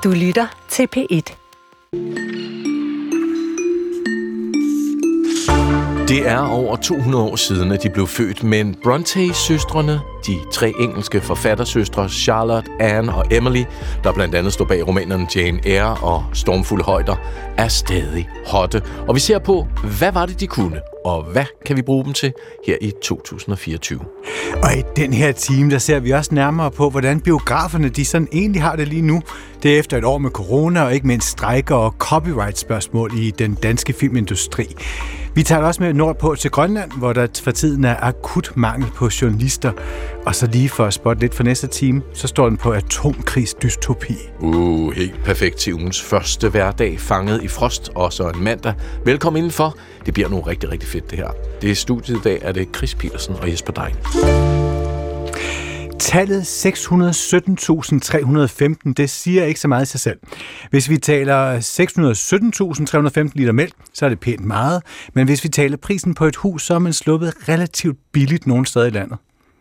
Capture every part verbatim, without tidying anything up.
Du lytter til P et. Det er over to hundrede år siden, at de blev født, men Brontë-søstrene, de tre engelske forfattersøstre Charlotte, Anne og Emily, der blandt andet står bag romanerne Jane Eyre og Stormfulde højder, er stadig hotte. Og vi ser på, hvad var det, de kunne, og hvad kan vi bruge dem til her i to tusind og fireogtyve. Og i den her time, der ser vi også nærmere på, hvordan biograferne de sådan egentlig har det lige nu. Det er efter et år med corona og ikke mindst strejker og copyright-spørgsmål i den danske filmindustri. Vi tager også med nordpå til Grønland, hvor der for tiden er akut mangel på journalister. Og så lige for at spotte lidt for næste time, så står den på atomkrigsdystopi. Uh, helt perfekt til ugens første hverdag, fanget i frost, og så en mandag. Velkommen indenfor. Det bliver nu rigtig, rigtig fedt det her. Det er studiet i dag, er det Chris Petersen og Jesper Dein. Tallet seks hundrede og sytten tusind tre hundrede og femten, det siger ikke så meget i sig selv. Hvis vi taler seks hundrede og sytten tusind tre hundrede og femten liter mælk, så er det pænt meget. Men hvis vi taler prisen på et hus, så er man sluppet relativt billigt nogle steder i landet.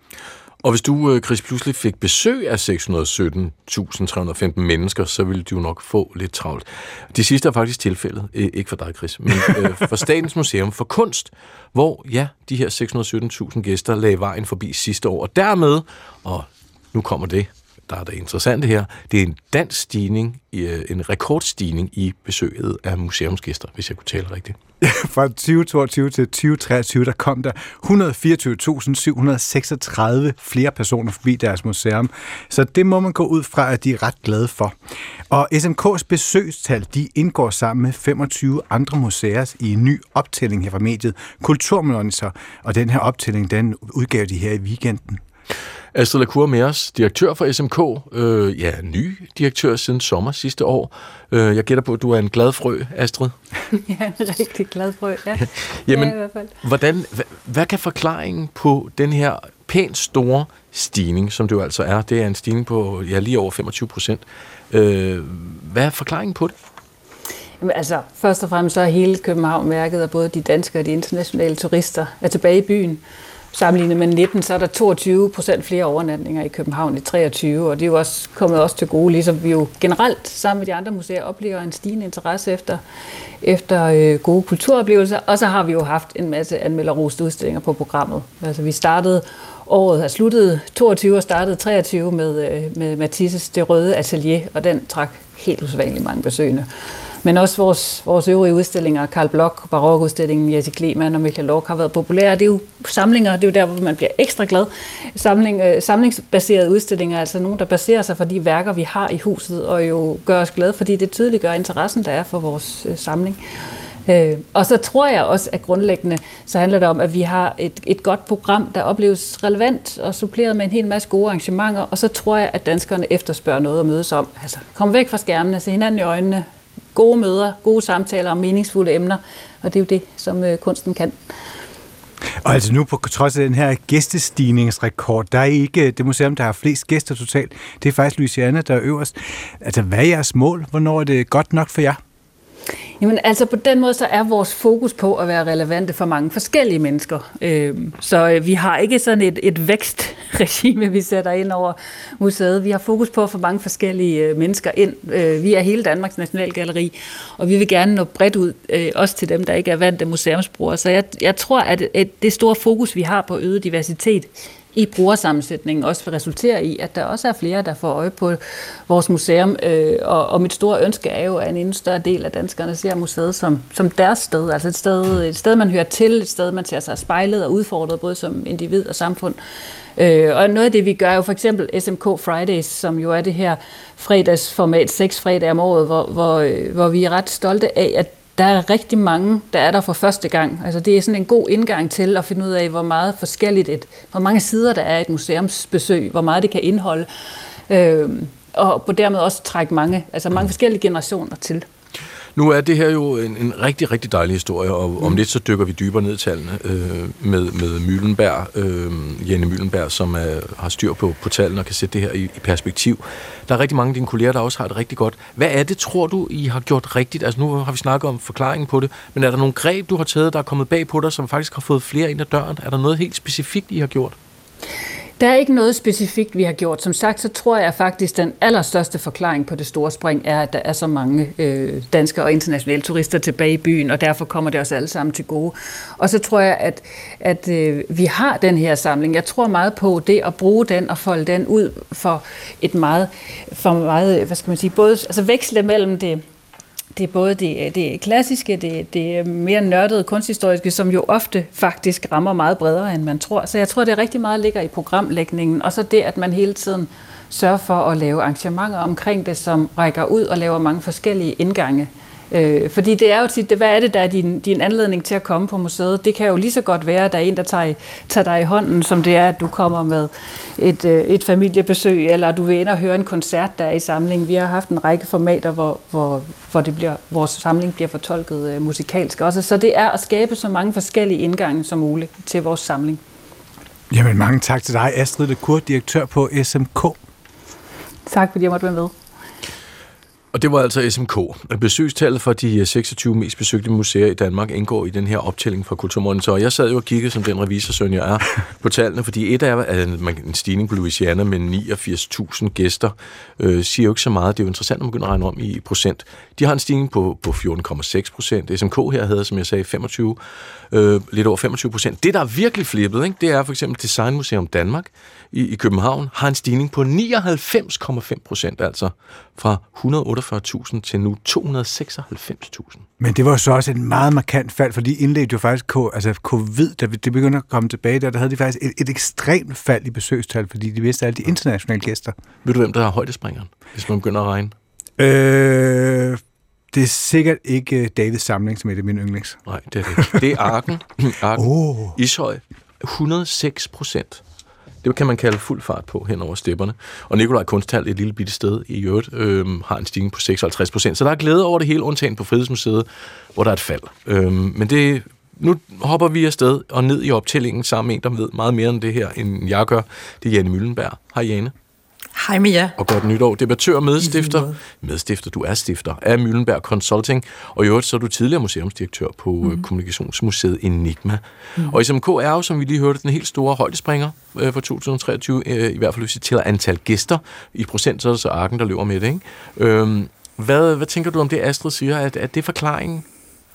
Og hvis du, Chris, pludselig fik besøg af seks hundrede og sytten tusind tre hundrede og femten mennesker, så ville du nok få lidt travlt. De sidste er faktisk tilfældet, ikke for dig, Chris, men for Statens Museum for Kunst, hvor ja, de her seks hundrede og sytten tusind gæster lagde vejen forbi sidste år. Og dermed, og nu kommer det, der er det interessante her, det er en dansk stigning, en rekordstigning i besøget af museumsgæster, hvis jeg kunne tale rigtigt. Fra tyve toogtyve til tyve treogtyve, der kom der et hundrede og fireogtyve tusind syv hundrede og seksogtredive flere personer forbi deres museum. Så det må man gå ud fra, at de er ret glade for. Og S M K's besøgstal, de indgår sammen med femogtyve andre museer i en ny optælling her fra mediet Kulturmonitor. Og den her optælling, den udgav de her i weekenden. Astrid Lacour med os, direktør for S M K. Øh, ja, ny direktør siden sommer sidste år. Øh, jeg gætter på, at du er en glad frø, Astrid. Ja, en rigtig glad frø, ja. Jamen, ja, i hvert fald. Hvordan, hvad, hvad kan forklaringen på den her pænt store stigning, som det jo altså er, det er en stigning på ja, lige over femogtyve procent. Øh, hvad er forklaringen på det? Jamen, altså, først og fremmest så er hele København mærket, at både de danske og de internationale turister er tilbage i byen. Sammenlignet med nitten, så er der toogtyve procent flere overnatninger i København i treogtyve, og det er jo også kommet os til gode, ligesom vi jo generelt sammen med de andre museer oplever en stigende interesse efter, efter øh, gode kulturoplevelser, og så har vi jo haft en masse anmelderroste udstillinger på programmet. Altså vi startede året, har sluttet toogtyve og startede treogtyve med, øh, med Matisses Det Røde Atelier, og den trak helt usædvanligt mange besøgende. Men også vores, vores øvrige udstillinger, Carl Bloch, barokudstillingen, Jesse Kleemann og Michael Lorch har været populære. Det er jo samlinger, det er jo der, hvor man bliver ekstra glad. Samling, øh, samlingsbaserede udstillinger, altså nogle, der baserer sig for de værker, vi har i huset, og jo gør os glade, fordi det tydeliggør interessen, der er for vores øh, samling. Øh, og så tror jeg også, at grundlæggende så handler det om, at vi har et, et godt program, der opleves relevant og suppleret med en hel masse gode arrangementer, og så tror jeg, at danskerne efterspørger noget at mødes om. Altså, kom væk fra skærmene, se hinanden i øjnene, gode møder, gode samtaler om meningsfulde emner, og det er jo det, som øh, kunsten kan. Og altså nu på trods af den her gæstestigningsrekord, der er ikke det museum, der har flest gæster totalt. Det er faktisk Louisiana, der er øverst. Altså hvad er jeres mål? Hvornår er det godt nok for jer? Jamen altså på den måde, så er vores fokus på at være relevante for mange forskellige mennesker. Så vi har ikke sådan et, et vækstregime, vi sætter ind over museet. Vi har fokus på at få mange forskellige mennesker ind. Vi er hele Danmarks Nationalgalleri, og vi vil gerne nå bredt ud, også til dem, der ikke er vante museumsbrugere. Så jeg, jeg tror, at det store fokus, vi har på øget diversitet i brugersammensætningen også vil resultere i, at der også er flere, der får øje på vores museum. Og, og mit store ønske er jo, at en endnu større del af danskerne ser museet som, som deres sted. Altså et sted, et sted, man hører til, et sted, man ser sig spejlet og udfordret, både som individ og samfund. Og noget af det, vi gør, er jo for eksempel S M K Fridays, som jo er det her fredagsformat, seks fredage om året, hvor, hvor, hvor vi er ret stolte af, at der er rigtig mange, der er der for første gang. Altså det er sådan en god indgang til at finde ud af, hvor meget forskelligt et, hvor mange sider der er et museumsbesøg, hvor meget det kan indeholde, øh, og på dermed også trække mange, altså mange forskellige generationer til. Nu er det her jo en, en rigtig, rigtig dejlig historie, og mm. om lidt så dykker vi dybere ned i tallene øh, med, med Müllenberg, øh, Jenny Müllenberg, som er, har styr på, på tallene og kan sætte det her i, i perspektiv. Der er rigtig mange af dine kolleger, der også har det rigtig godt. Hvad er det, tror du, I har gjort rigtigt? Altså nu har vi snakket om forklaringen på det, men er der nogle greb, du har taget, der er kommet bag på dig, som faktisk har fået flere ind ad døren? Er der noget helt specifikt, I har gjort? Der er ikke noget specifikt, vi har gjort. Som sagt, så tror jeg faktisk, den allerstørste forklaring på det store spring er, at der er så mange øh, danske og internationale turister tilbage i byen, og derfor kommer det os alle sammen til gode. Og så tror jeg, at, at øh, vi har den her samling. Jeg tror meget på det at bruge den og folde den ud for et meget, for meget, hvad skal man sige, både altså veksle mellem det. Det er både det, det klassiske, det, det mere nørdede kunsthistoriske, som jo ofte faktisk rammer meget bredere, end man tror. Så jeg tror, det rigtig meget ligger i programlægningen, og så det, at man hele tiden sørger for at lave arrangementer omkring det, som rækker ud og laver mange forskellige indgange. Øh, fordi det er jo tit, hvad er det, der er din, din anledning til at komme på museet? Det kan jo lige så godt være, at der er en, der tager, tager dig i hånden, som det er, at du kommer med et, et familiebesøg, eller du vil ind og høre en koncert, der er i samlingen. Vi har haft en række formater, hvor, hvor, hvor det bliver, vores samling bliver fortolket uh, musikalsk også. Så det er at skabe så mange forskellige indgange som muligt til vores samling. Jamen mange tak til dig, Astrid de Kurth, direktør på S M K. Tak fordi jeg måtte være med. Og det var altså S M K. Besøgstallet for de seksogtyve mest besøgte museer i Danmark indgår i den her optælling fra Kulturmonitor. Jeg sad jo og kiggede, som den revisorsøn jeg er, på tallene, fordi et er en stigning på Louisiana med niogfirs tusind gæster, øh, siger jo ikke så meget. Det er jo interessant, at man begynder at regne om i procent. De har en stigning på, på fjorten komma seks procent. S M K her havde, som jeg sagde, femogtyve, øh, lidt over femogtyve procent. Det, der er virkelig flippet, ikke, det er for eksempel Designmuseum Danmark i, i København, har en stigning på nioghalvfems komma fem procent, altså fra et hundrede og otteogfyrre tusind til nu to hundrede og seksoghalvfems tusind. Men det var så også et meget markant fald, fordi indledte jo faktisk altså covid, da det begyndte at komme tilbage, der, der havde de faktisk et, et ekstremt fald i besøgstal, fordi de vidste alle de internationale gæster. Ved du, hvem der har højdespringeren, hvis man begynder at regne? Øh, det er sikkert ikke Davids Samling, som er det min yndlings. Nej, det er det. Det er Arken. Arken. Oh. Ishøj. et hundrede og seks procent. Det kan man kalde fuld fart på hen over stepperne. Og Nikolaj Kunsthal, et lille bitte sted i øvrigt, øh, har en stigning på seksoghalvtreds procent. Så der er glæde over det hele, undtagen på Frihedsmuseet, hvor der er et fald. Øh, men det, nu hopper vi afsted og ned i optællingen sammen med en, der ved meget mere end det her, end jeg gør. Det er Jane Müllenberg. Hej Jane. Hej med jer. Og godt nytår. Debattør og medstifter. Medstifter, du er stifter af Müllenberg Consulting. Og i øvrigt så er du tidligere museumsdirektør på mm. Kommunikationsmuseet Enigma. Mm. Og S M K er jo, som vi lige hørte, den helt store højdespringer øh, for to tusind og treogtyve. Øh, I hvert fald hvis vi tæller antal gæster. I procent så er det så Arken, der løber med det, ikke? Øh, hvad, hvad tænker du om det, Astrid siger? At, at det er forklaringen?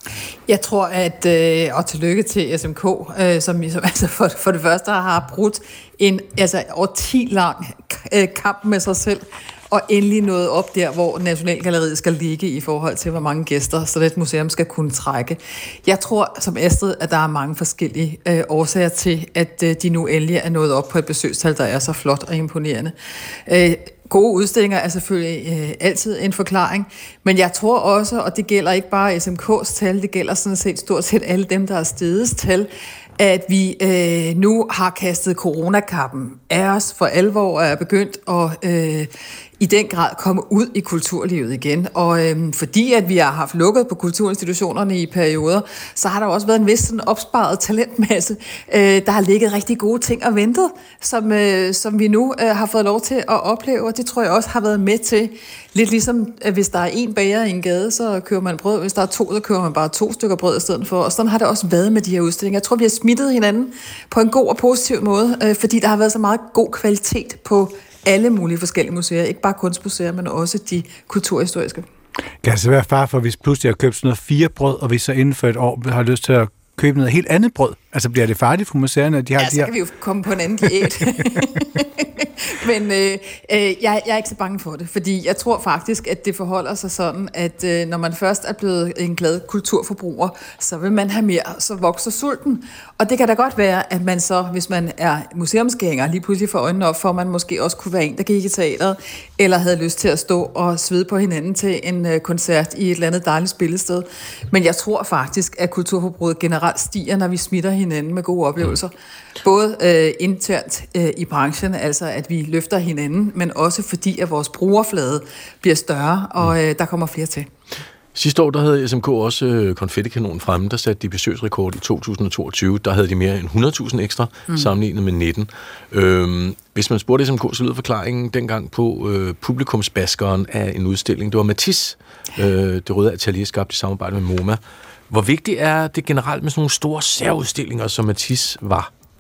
Jeg tror, at, øh, og tillykke til S M K, øh, som, som altså for, for det første har brudt en altså, årti lang øh, kamp med sig selv, og endelig nået op der, hvor Nationalgalleriet skal ligge i forhold til, hvor mange gæster, så det museum skal kunne trække. Jeg tror, som Astrid, at der er mange forskellige øh, årsager til, at øh, de nu endelig er nået op på et besøgstal, der er så flot og imponerende. Øh, Gode udstillinger er selvfølgelig øh, altid en forklaring, men jeg tror også, og det gælder ikke bare S M K's tal, det gælder sådan set stort set alle dem, der er stedets tal, at vi øh, nu har kastet coronakappen af os for alvor og er begyndt at øh, i den grad komme ud i kulturlivet igen. Og øh, fordi at vi har haft lukket på kulturinstitutionerne i perioder, så har der også været en vis sådan opsparet talentmasse. Øh, der har ligget rigtig gode ting og ventet, som, øh, som vi nu øh, har fået lov til at opleve, og det tror jeg også har været med til, lidt ligesom at hvis der er en bager i en gade, så køber man brød, hvis der er to, så køber man bare to stykker brød i stedet for, og sådan har det også været med de her udstillinger. Jeg tror, vi har smittet hinanden på en god og positiv måde, øh, fordi der har været så meget god kvalitet på alle mulige forskellige museer, ikke bare kunstmuseer, men også de kulturhistoriske. Kan det så være far for, hvis pludselig har købt sådan noget fire brød, og vi så inden for et år har lyst til at købe noget helt andet brød? Altså bliver det farligt for museerne, at de har ja, de her... så kan vi jo komme på en anden diæt. Men øh, øh, jeg, jeg er ikke så bange for det, fordi jeg tror faktisk, at det forholder sig sådan, at øh, når man først er blevet en glad kulturforbruger, så vil man have mere, så vokser sulten. Og det kan da godt være, at man så, hvis man er museumsgænger, lige pludselig får øjnene op for, at man måske også kunne være en, der gik i teateret, eller havde lyst til at stå og svede på hinanden til en øh, koncert i et eller andet dejligt spillested. Men jeg tror faktisk, at kulturforbruget generelt stiger, når vi smitter hinanden med gode oplevelser. Både øh, internt øh, i branchen, altså at vi løfter hinanden, men også fordi, at vores brugerflade bliver større, og øh, der kommer flere til. Sidste år, der havde S M K også øh, konfettikanonen fremme, der satte de besøgsrekord i to tusind og toogtyve. Der havde de mere end hundrede tusind ekstra, mm. sammenlignet med nitten. Øhm, hvis man spurgte S M K, så lød forklaringen dengang på øh, publikumsbaskeren af en udstilling. Det var Matisse, øh, det røde atelier, skabt i samarbejde med MoMA. Hvor vigtigt er det generelt med sådan nogle store særudstillinger, som Matisse var?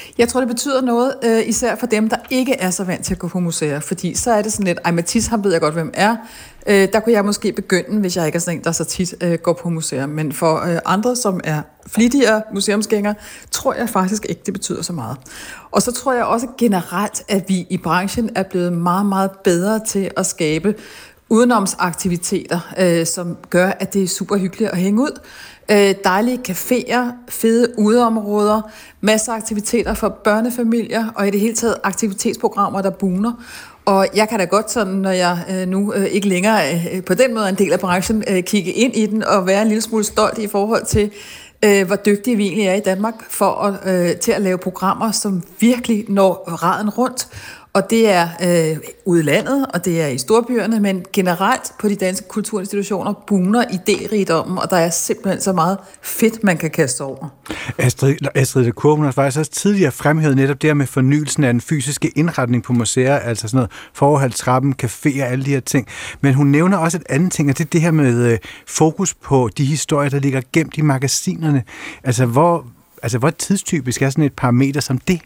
Jeg tror, det betyder noget, øh, især for dem, der ikke er så vant til at gå på museer, fordi så er det sådan lidt, ej, Mathias, ham ved jeg godt, hvem er. Øh, der kunne jeg måske begynde, hvis jeg ikke er sådan en, der så tit øh, går på museer. Men for øh, andre, som er flittigere museumsgængere, tror jeg faktisk ikke, det betyder så meget. Og så tror jeg også generelt, at vi i branchen er blevet meget, meget bedre til at skabe udenomsaktiviteter, øh, som gør, at det er super hyggeligt at hænge ud. Øh, dejlige caféer, fede udeområder, masser af aktiviteter for børnefamilier, og i det hele taget aktivitetsprogrammer, der buner. Og jeg kan da godt sådan, når jeg øh, nu øh, ikke længere øh, på den måde er en del af branchen, øh, kigge ind i den og være en lille smule stolt i forhold til, øh, hvor dygtige vi egentlig er i Danmark for at, øh, til at lave programmer, som virkelig når raden rundt. Og det er øh, ude i landet, og det er i storbyerne, men generelt på de danske kulturinstitutioner buner idérigdommen, og der er simpelthen så meget fedt, man kan kaste over. Astrid, Astrid de Kurven har faktisk også tidligere fremhævet netop det med fornyelsen af den fysiske indretning på museer, altså sådan noget forhold, trappen, caféer, alle de her ting. Men hun nævner også et andet ting, og det er det her med øh, fokus på de historier, der ligger gemt i magasinerne. Altså hvor, altså, hvor tidstypisk er sådan et parameter som det?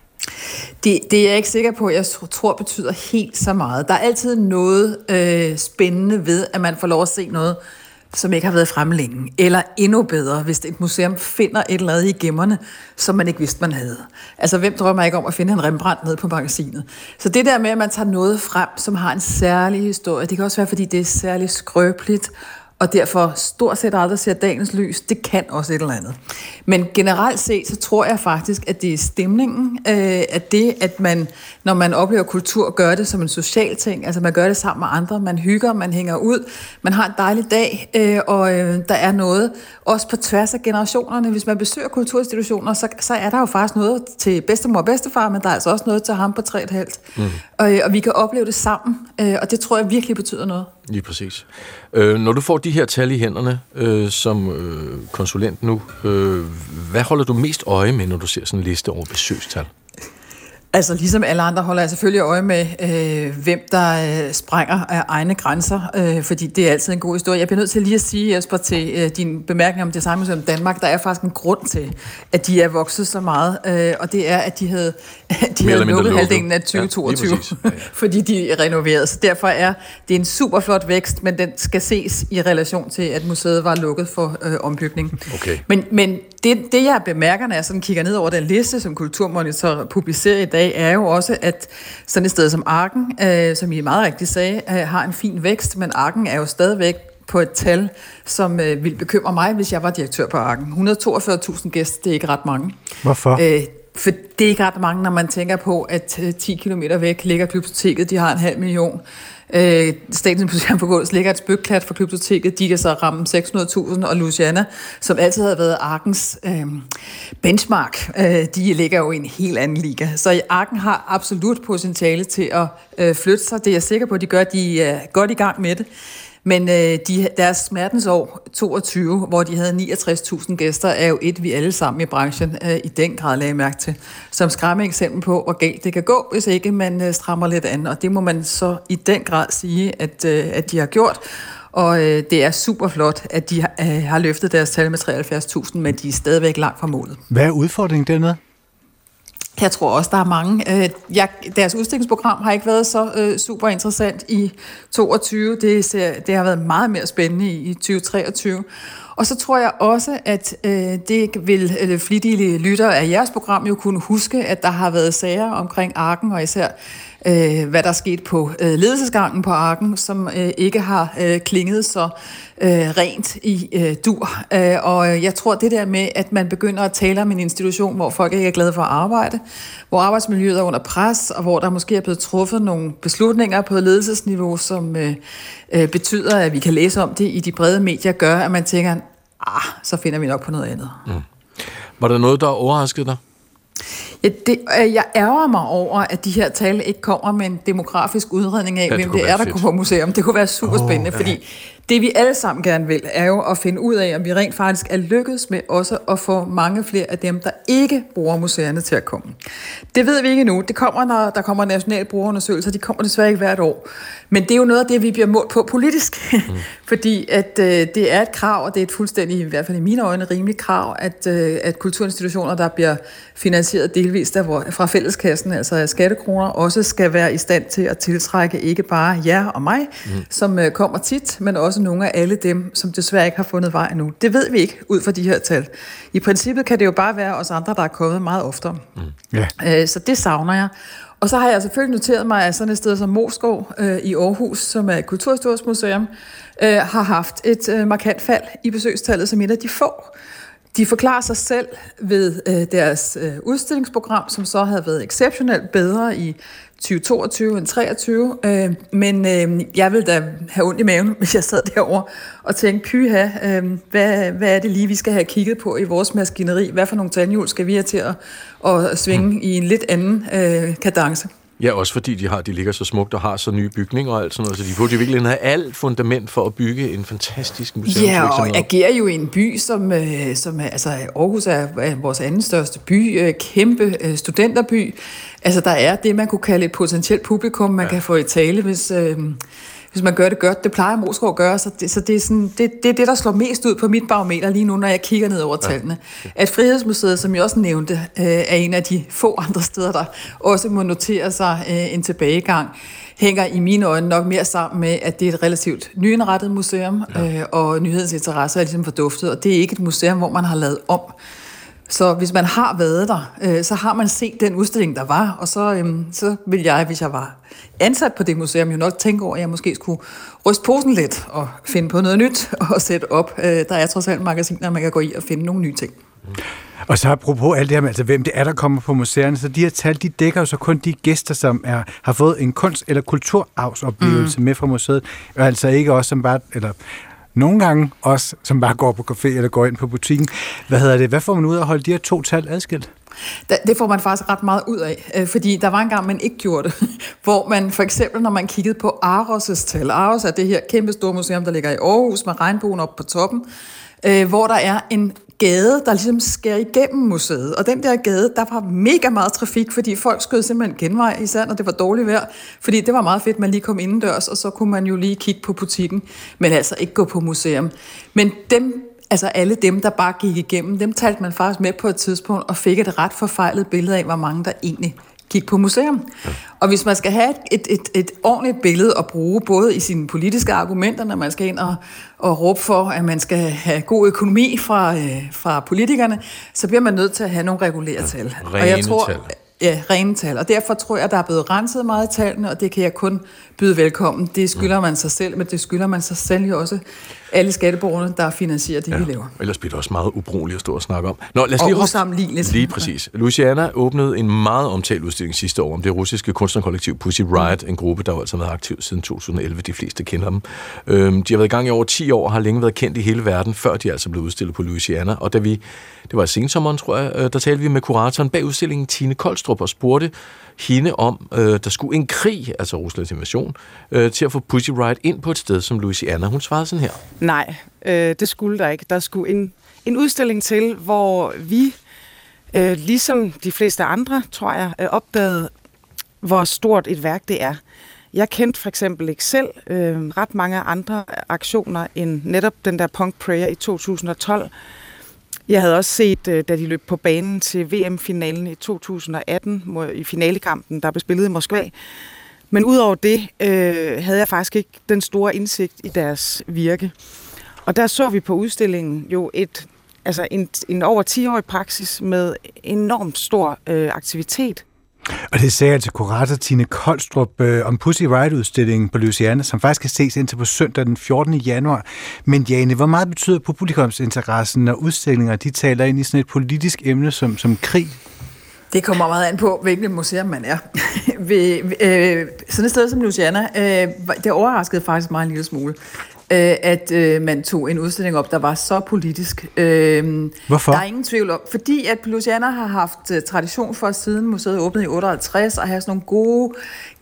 Det, det er jeg ikke sikker på, jeg tror betyder helt så meget. Der er altid noget øh, spændende ved, at man får lov at se noget, som ikke har været fremme længe. Eller endnu bedre, hvis et museum finder et eller andet i gemmerne, som man ikke vidste, man havde. Altså, hvem drømmer ikke om at finde en Rembrandt nede på magasinet? Så det der med, at man tager noget frem, som har en særlig historie, det kan også være, fordi det er særligt skrøbeligt, og derfor stort set aldrig ser dagens lys, det kan også et eller andet. Men generelt set, så tror jeg faktisk, at det er stemningen, øh, at det, at man, når man oplever kultur, gør det som en social ting, altså man gør det sammen med andre, man hygger, man hænger ud, man har en dejlig dag, øh, og øh, der er noget, også på tværs af generationerne. Hvis man besøger kulturinstitutioner, så, så er der jo faktisk noget til bedstemor og bedstefar, men der er altså også noget til ham på tre og et halvt. Mm. Og, og vi kan opleve det sammen, øh, og det tror jeg virkelig betyder noget. Lige præcis. Øh, når du får de her tal i hænderne øh, som øh, konsulent nu, øh, hvad holder du mest øje med, når du ser sådan en liste over besøgstal? Altså ligesom alle andre holder jeg selvfølgelig øje med, øh, hvem der øh, sprænger af egne grænser, øh, fordi det er altid en god historie. Jeg bliver nødt til lige at sige, Jesper, til øh, din bemærkning om Designmuseum Danmark, der er faktisk en grund til, at de er vokset så meget, øh, og det er, at de havde, de havde lukket halvdelen af tyve toogtyve, ja, ja, ja. Fordi de er renoveret. Så derfor er det en super flot vækst, men den skal ses i relation til, at museet var lukket for øh, ombygning. Okay. Men, men det, det, jeg bemærker, når jeg sådan kigger ned over den liste, som Kulturmonitor publicerer i dag, er jo også, at sådan et sted som Arken, øh, som I meget rigtigt sagde, øh, har en fin vækst, men Arken er jo stadigvæk på et tal, som øh, ville bekymre mig, hvis jeg var direktør på Arken. et hundrede og toogfyrre tusind gæster, det er ikke ret mange. Hvorfor? Øh, for det er ikke ret mange, når man tænker på, at øh, ti kilometer væk ligger Glyptoteket, de har en halv million. Øh, Statens Museum for Kunst ligger et spøgklat for Glyptoteket, de kan så ramme seks hundrede tusind, og Luciana, som altid havde været Arkens øh, benchmark, øh, de ligger jo i en helt anden liga. Så Arken har absolut potentiale til at øh, flytte sig, det er jeg sikker på, at de gør, de er godt i gang med det. Men øh, de, deres smertensår toogtyve, hvor de havde niogtres tusind gæster, er jo et, vi alle sammen i branchen øh, i den grad lagde mærke til. Som skræmme eksempel på, hvor galt det kan gå, hvis ikke man øh, strammer lidt an. Og det må man så i den grad sige, at, øh, at de har gjort. Og øh, det er super flot, at de har, øh, har løftet deres tal med treoghalvfjerds tusind, men de er stadigvæk langt fra målet. Hvad er udfordringen dernede? Jeg tror også, der er mange. Øh, jeg, deres udstillingsprogram har ikke været så øh, super interessant i toogtyve. Det, ser, det har været meget mere spændende i, i tyve treogtyve. Og så tror jeg også, at øh, det vil øh, flittige lyttere af jeres program jo kunne huske, at der har været sager omkring Arken, og især øh, hvad der er sket på øh, ledelsesgangen på Arken, som øh, ikke har øh, klinget så øh, rent i øh, dur. Øh, og jeg tror, det der med, at man begynder at tale om en institution, hvor folk ikke er glade for at arbejde, hvor arbejdsmiljøet er under pres, og hvor der måske er blevet truffet nogle beslutninger på ledelsesniveau, som øh, øh, betyder, at vi kan læse om det i de brede medier, gør, at man tænker, ah, så finder vi nok på noget andet. Mm. Var der noget, der overraskede dig? Ja, det, jeg ærger mig over, at de her tal ikke kommer med en demografisk udredning af, ja, hvem det er, der går på museum. Det kunne være super spændende, oh, fordi Det vi alle sammen gerne vil, er jo at finde ud af, om vi rent faktisk er lykkedes med også at få mange flere af dem, der ikke bruger museerne til at komme. Det ved vi ikke endnu. Det kommer, når der kommer nationale brugerundersøgelser. De kommer desværre ikke hvert år. Men det er jo noget af det, vi bliver målt på politisk. Mm. Fordi at øh, det er et krav, og det er et fuldstændig, i hvert fald i mine øjne, rimeligt krav, at, øh, at kulturinstitutioner, der bliver finansieret delvist der, hvor, fra fælleskassen, altså af skattekroner, også skal være i stand til at tiltrække ikke bare jer og mig, mm. som øh, kommer tit, men også nogle af alle dem, som desværre ikke har fundet vej endnu. Det ved vi ikke ud fra de her tal. I princippet kan det jo bare være os andre, der er kommet meget oftere. Mm. Yeah. Øh, så det savner jeg. Og så har jeg selvfølgelig noteret mig, at sådan et sted som Moskov øh, i Aarhus, som er et kulturhistorisk museum, øh, har haft et øh, markant fald i besøgstallet som et af de få. De forklarer sig selv ved øh, deres øh, udstillingsprogram, som så havde været exceptionelt bedre i tyve toogtyve end treogtyve, øh, men øh, jeg ville da have ondt i maven, hvis jeg sad derovre og tænkte, pyha, øh, hvad, hvad er det lige, vi skal have kigget på i vores maskineri? Hvad for nogle tandhjul skal vi have til at, at svinge hmm. i en lidt anden øh, kadence? Ja, også fordi de har, de ligger så smukt og har så nye bygninger og alt sådan noget, så de burde virkelig have alt fundament for at bygge en fantastisk museum. Ja, og agerer jo i en by, som, som altså Aarhus er vores anden største by, kæmpe studenterby. Altså der er det, man kunne kalde et potentielt publikum, man ja. kan få i tale, hvis... Øh, hvis man gør det godt. Det plejer Moskov at gøre, så det, så det er sådan, det, det er det, der slår mest ud på mit barometer lige nu, når jeg kigger ned over tallene. Ja. At Frihedsmuseet, som jeg også nævnte, øh, er en af de få andre steder, der også må notere sig øh, en tilbagegang, hænger i mine øjne nok mere sammen med, at det er et relativt nyindrettet museum, ja. øh, og nyhedsinteresser er ligesom forduftet, og det er ikke et museum, hvor man har lavet om. Så hvis man har været der, øh, så har man set den udstilling, der var, og så, øh, så vil jeg, hvis jeg var ansat på det museum, jo nok tænke over, at jeg måske skulle ryste posen lidt og finde på noget nyt og sætte op. Øh, der er trods alt magasiner, man kan gå i og finde nogle nye ting. Og så apropos alt det her med, altså, hvem det er, der kommer på museerne, så de her tal, de dækker jo så kun de gæster, som er, har fået en kunst- eller kulturarvsoplevelse mm. med fra museet, og altså ikke også som bare... Eller, nogle gange også, som bare går på café eller går ind på butikken. Hvad hedder det? Hvad får man ud af at holde de her to tal adskilt? Det får man faktisk ret meget ud af, fordi der var en gang, man ikke gjorde det, hvor man for eksempel, når man kiggede på Aros' tal, Aros er det her kæmpe store museum, der ligger i Aarhus med regnbuen op på toppen, hvor der er en gade, der ligesom skærer igennem museet. Og den der gade, der var mega meget trafik, fordi folk skød simpelthen genvej, især når det var dårligt vejr. Fordi det var meget fedt, man lige kom indendørs, og så kunne man jo lige kigge på butikken, men altså ikke gå på museum. Men dem, altså alle dem, der bare gik igennem, dem talte man faktisk med på et tidspunkt, og fik et ret forfejlet billede af, hvor mange der egentlig gik på museum. Ja. Og hvis man skal have et, et, et ordentligt billede at bruge, både i sine politiske argumenter, når man skal ind og, og råbe for, at man skal have god økonomi fra, øh, fra politikerne, så bliver man nødt til at have nogle regulære tal. Ja, og jeg tror, ja, rene tal. Og derfor tror jeg, at der er blevet renset meget i tallene, og det kan jeg kun byde velkommen. Det skylder man sig selv, men det skylder man sig selv jo også alle skatteborgerne, der finansierer det, ja, vi laver. Ellers bliver det også meget ubrugeligt at stå og snakke om. Nå, lad os og lige usammenligneligt. Lige præcis. Louisiana åbnede en meget omtalt udstilling sidste år om det russiske kunstnerkollektiv Pussy Riot, en gruppe, der altså har været aktiv siden to tusind og elleve. De fleste kender dem. Øhm, de har været i gang i over ti år og har længe været kendt i hele verden, før de altså blev udstillet på Louisiana. Og da vi, det var i sensommeren, tror jeg, der talte vi med kuratoren bag udstillingen, Tine Koldstrup, og spurgte hende om, øh, der skulle en krig, altså Ruslands invasion, øh, til at få Pussy Riot ind på et sted som Louisiana. Hun svarede sådan her. Nej, øh, det skulle der ikke. Der skulle en, en udstilling til, hvor vi, øh, ligesom de fleste andre, tror jeg, øh, opdagede, hvor stort et værk det er. Jeg kendte for eksempel ikke selv øh, ret mange andre aktioner end netop den der Punk Prayer i to tusind og tolv. Jeg havde også set, da de løb på banen til V M-finalen i to tusind og atten, i finalekampen, der blev spillet i Moskva. Men udover det øh, havde jeg faktisk ikke den store indsigt i deres virke. Og der så vi på udstillingen jo et, altså en, en over ti-årig praksis med enormt stor øh, aktivitet. Og det sagde jeg til kurator Tine Koldstrup øh, om Pussy Riot-udstillingen på Louisiana, som faktisk kan ses indtil på søndag den fjortende januar. Men Jane, hvor meget betyder publikumsinteressen, når udstillinger de taler ind i sådan et politisk emne som, som krig? Det kommer meget an på, hvilket museum man er. Ved, øh, sådan et sted som Louisiana, øh, det overraskede faktisk mig en lille smule, øh, at øh, man tog en udstilling op, der var så politisk. Øh, Hvorfor? Der er ingen tvivl om, fordi at Louisiana har haft uh, tradition for, siden museet åbnede i otteoghalvtreds, at have sådan nogle gode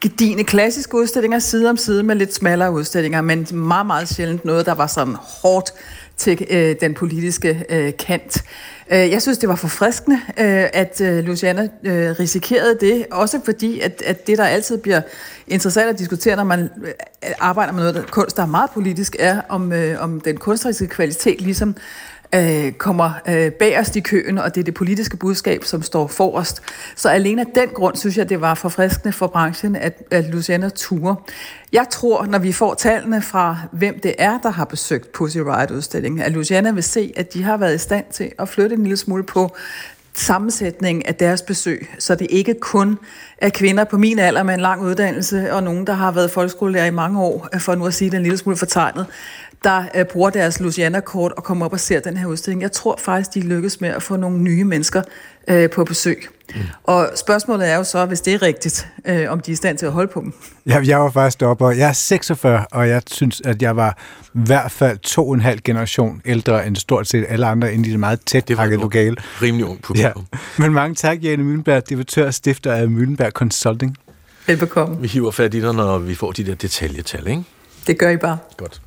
gedigne klassiske udstillinger side om side med lidt smallere udstillinger, men meget, meget sjældent noget, der var sådan hårdt til øh, den politiske øh, kant. Jeg synes, det var forfriskende, øh, at øh, Luciana øh, risikerede det, også fordi, at, at det, der altid bliver interessant at diskutere, når man arbejder med noget der, kunst, der er meget politisk, er, om, øh, om den kunstneriske kvalitet ligesom øh, kommer øh, bagerst i køen, og det er det politiske budskab, som står forrest. Så alene af den grund, synes jeg, det var forfriskende for branchen, at, at Luciana turde. Jeg tror, når vi får tallene fra, hvem det er, der har besøgt Pussy Riot-udstillingen, at Luciana vil se, at de har været i stand til at flytte en lille smule på sammensætningen af deres besøg, så det ikke kun er kvinder på min alder med en lang uddannelse, og nogen, der har været folkeskolelærer i mange år, for nu at sige det en lille smule fortegnet, der uh, bruger deres Luciana-kort og kommer op og ser den her udstilling. Jeg tror faktisk, de lykkes med at få nogle nye mennesker uh, på besøg. Mm. Og spørgsmålet er jo så, hvis det er rigtigt, uh, om de er i stand til at holde på dem. Ja, jeg var faktisk deroppe, og jeg er seksogfyrre, og jeg synes, at jeg var i hvert fald to og en halv generation ældre end stort set alle andre inde i det meget tæt pakket lokale. Rimelig ung publikum. Ja. Men mange tak, Jane Møhlenberg, debattør og stifter af Møhlenberg Consulting. Velbekomme. Vi hiver fat i dig, når vi får de der detaljetal, ikke? Det gør I bare. Godt.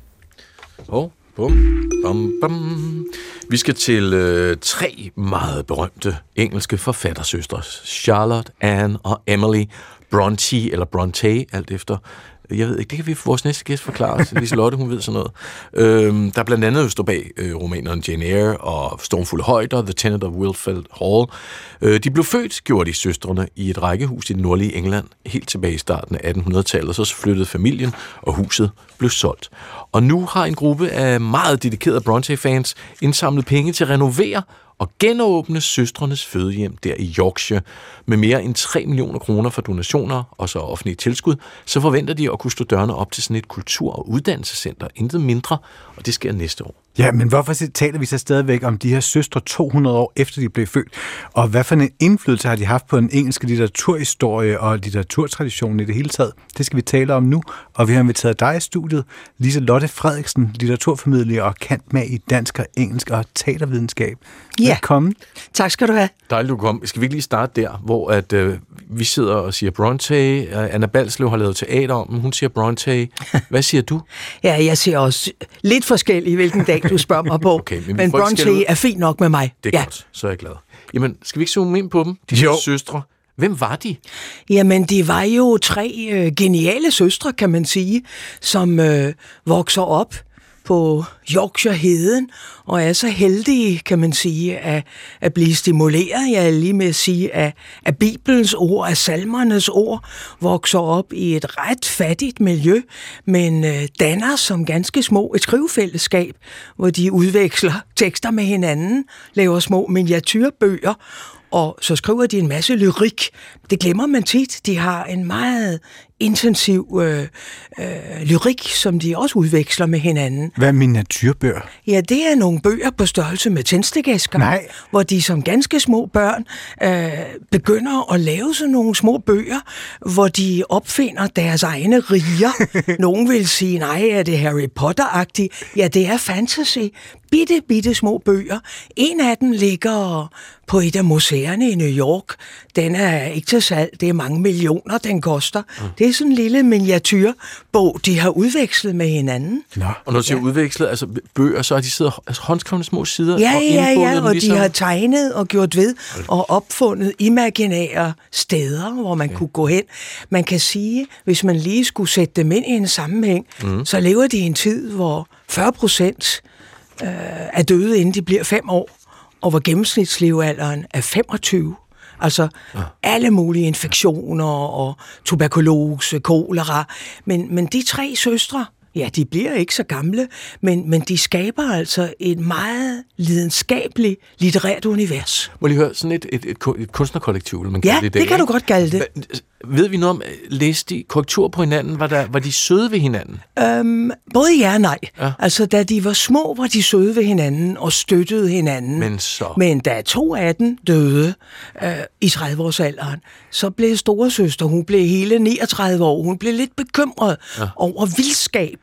Og bum, bum, bum. Vi skal til øh, tre meget berømte engelske forfattersøstre. Charlotte, Anne og Emily Bronte, eller Bronte, alt efter. Jeg ved ikke, det kan vi vores næste gæst forklare. Liselotte, hun ved sådan noget. Øhm, der er blandt andet står bag øh, romanerne Jane Eyre og Stormfulde Højder, The Tenant of Wilfeld Hall. Øh, de blev født, gjorde de søstrene, i et rækkehus i det nordlige England, helt tilbage i starten af attenhundredetallet. Så flyttede familien, og huset blev solgt. Og nu har en gruppe af meget dedikerede Bronte-fans indsamlet penge til at renovere og genåbne søstrenes fødehjem der i Yorkshire. Med mere end tre millioner kroner for donationer og så offentlige tilskud, så forventer de at kunne stå dørene op til sådan et kultur- og uddannelsescenter, intet mindre, og det sker næste år. Ja, men hvorfor taler vi så stadigvæk om de her søstre to hundrede år efter de blev født? Og hvad for en indflydelse har de haft på den engelske litteraturhistorie og litteraturtraditionen i det hele taget? Det skal vi tale om nu, og vi har inviteret dig i studiet, Liselotte Frederiksen, litteraturformidler og cand. Mag i dansk og engelsk og teatervidenskab. Ja. Velkommen. Tak skal du have. Dejligt, du kom. Skal vi ikke lige starte der, hvor at, øh, vi sidder og siger Bronte, øh, Anna Balslev har lavet teater om, men hun siger Bronte. Hvad siger du? Ja, jeg siger også lidt forskelligt, hvilken dag du spørger mig på. Okay, men men Bronte er fint nok med mig. Det er ja. godt, så er jeg glad. Jamen, skal vi ikke zoome ind på dem? De jo. søstre. Hvem var de? Jamen, de var jo tre øh, geniale søstre, kan man sige, som øh, vokser op på Yorkshire-heden, og er så heldige, kan man sige, at, at blive stimuleret, jeg er lige med at sige, af, af Bibelens ord, af salmernes ord, vokser op i et ret fattigt miljø, men øh, danner som ganske små et skrivefællesskab, hvor de udveksler tekster med hinanden, laver små miniatyrbøger, og så skriver de en masse lyrik. Det glemmer man tit. De har en meget intensiv øh, øh, lyrik, som de også udveksler med hinanden. Hvad er miniatyrbøger? Ja, det er nogle bøger på størrelse med tændstikæsker, Nej. hvor de som ganske små børn øh, begynder at lave sådan nogle små bøger, hvor de opfinder deres egne riger. Nogen vil sige, nej, er det Harry Potter-agtigt? Ja, det er fantasy. Bitte, bitte små bøger. En af dem ligger på et af museerne i New York. Den er ikke til salg. Det er mange millioner, den koster. Mm. Det er sådan en lille miniatyrbog, de har udvekslet med hinanden. Nå. Og når du siger ja. udvekslet, altså bøger, så har de siddet altså håndskrevne små sider ja, og ja, ja, og ligesom... de har tegnet og gjort ved og opfundet imaginære steder, hvor man okay. kunne gå hen. Man kan sige, hvis man lige skulle sætte dem ind i en sammenhæng, mm. så lever de i en tid, hvor fyrre procent øh, er døde, inden de bliver fem år, og hvor gennemsnitslevealderen er femogtyve. Altså ja. alle mulige infektioner og tuberkulose, kolera. Men, men de tre søstre, ja, de bliver ikke så gamle, men, men de skaber altså et meget lidenskabeligt litterært univers. Må lige høre, sådan et, et, et, et kunstnerkollektiv, vil man ja, kalde det. Ja, det kan du godt kalde det. Ved vi noget om, læste de korrektur på hinanden? Var, der, var de søde ved hinanden? Øhm, både ja og nej. Ja. Altså, da de var små, var de søde ved hinanden og støttede hinanden. Men så... Men da to af dem døde øh, i tredive-årsalderen, så blev storesøster, hun blev hele niogtredive år, hun blev lidt bekymret ja. over vildskaben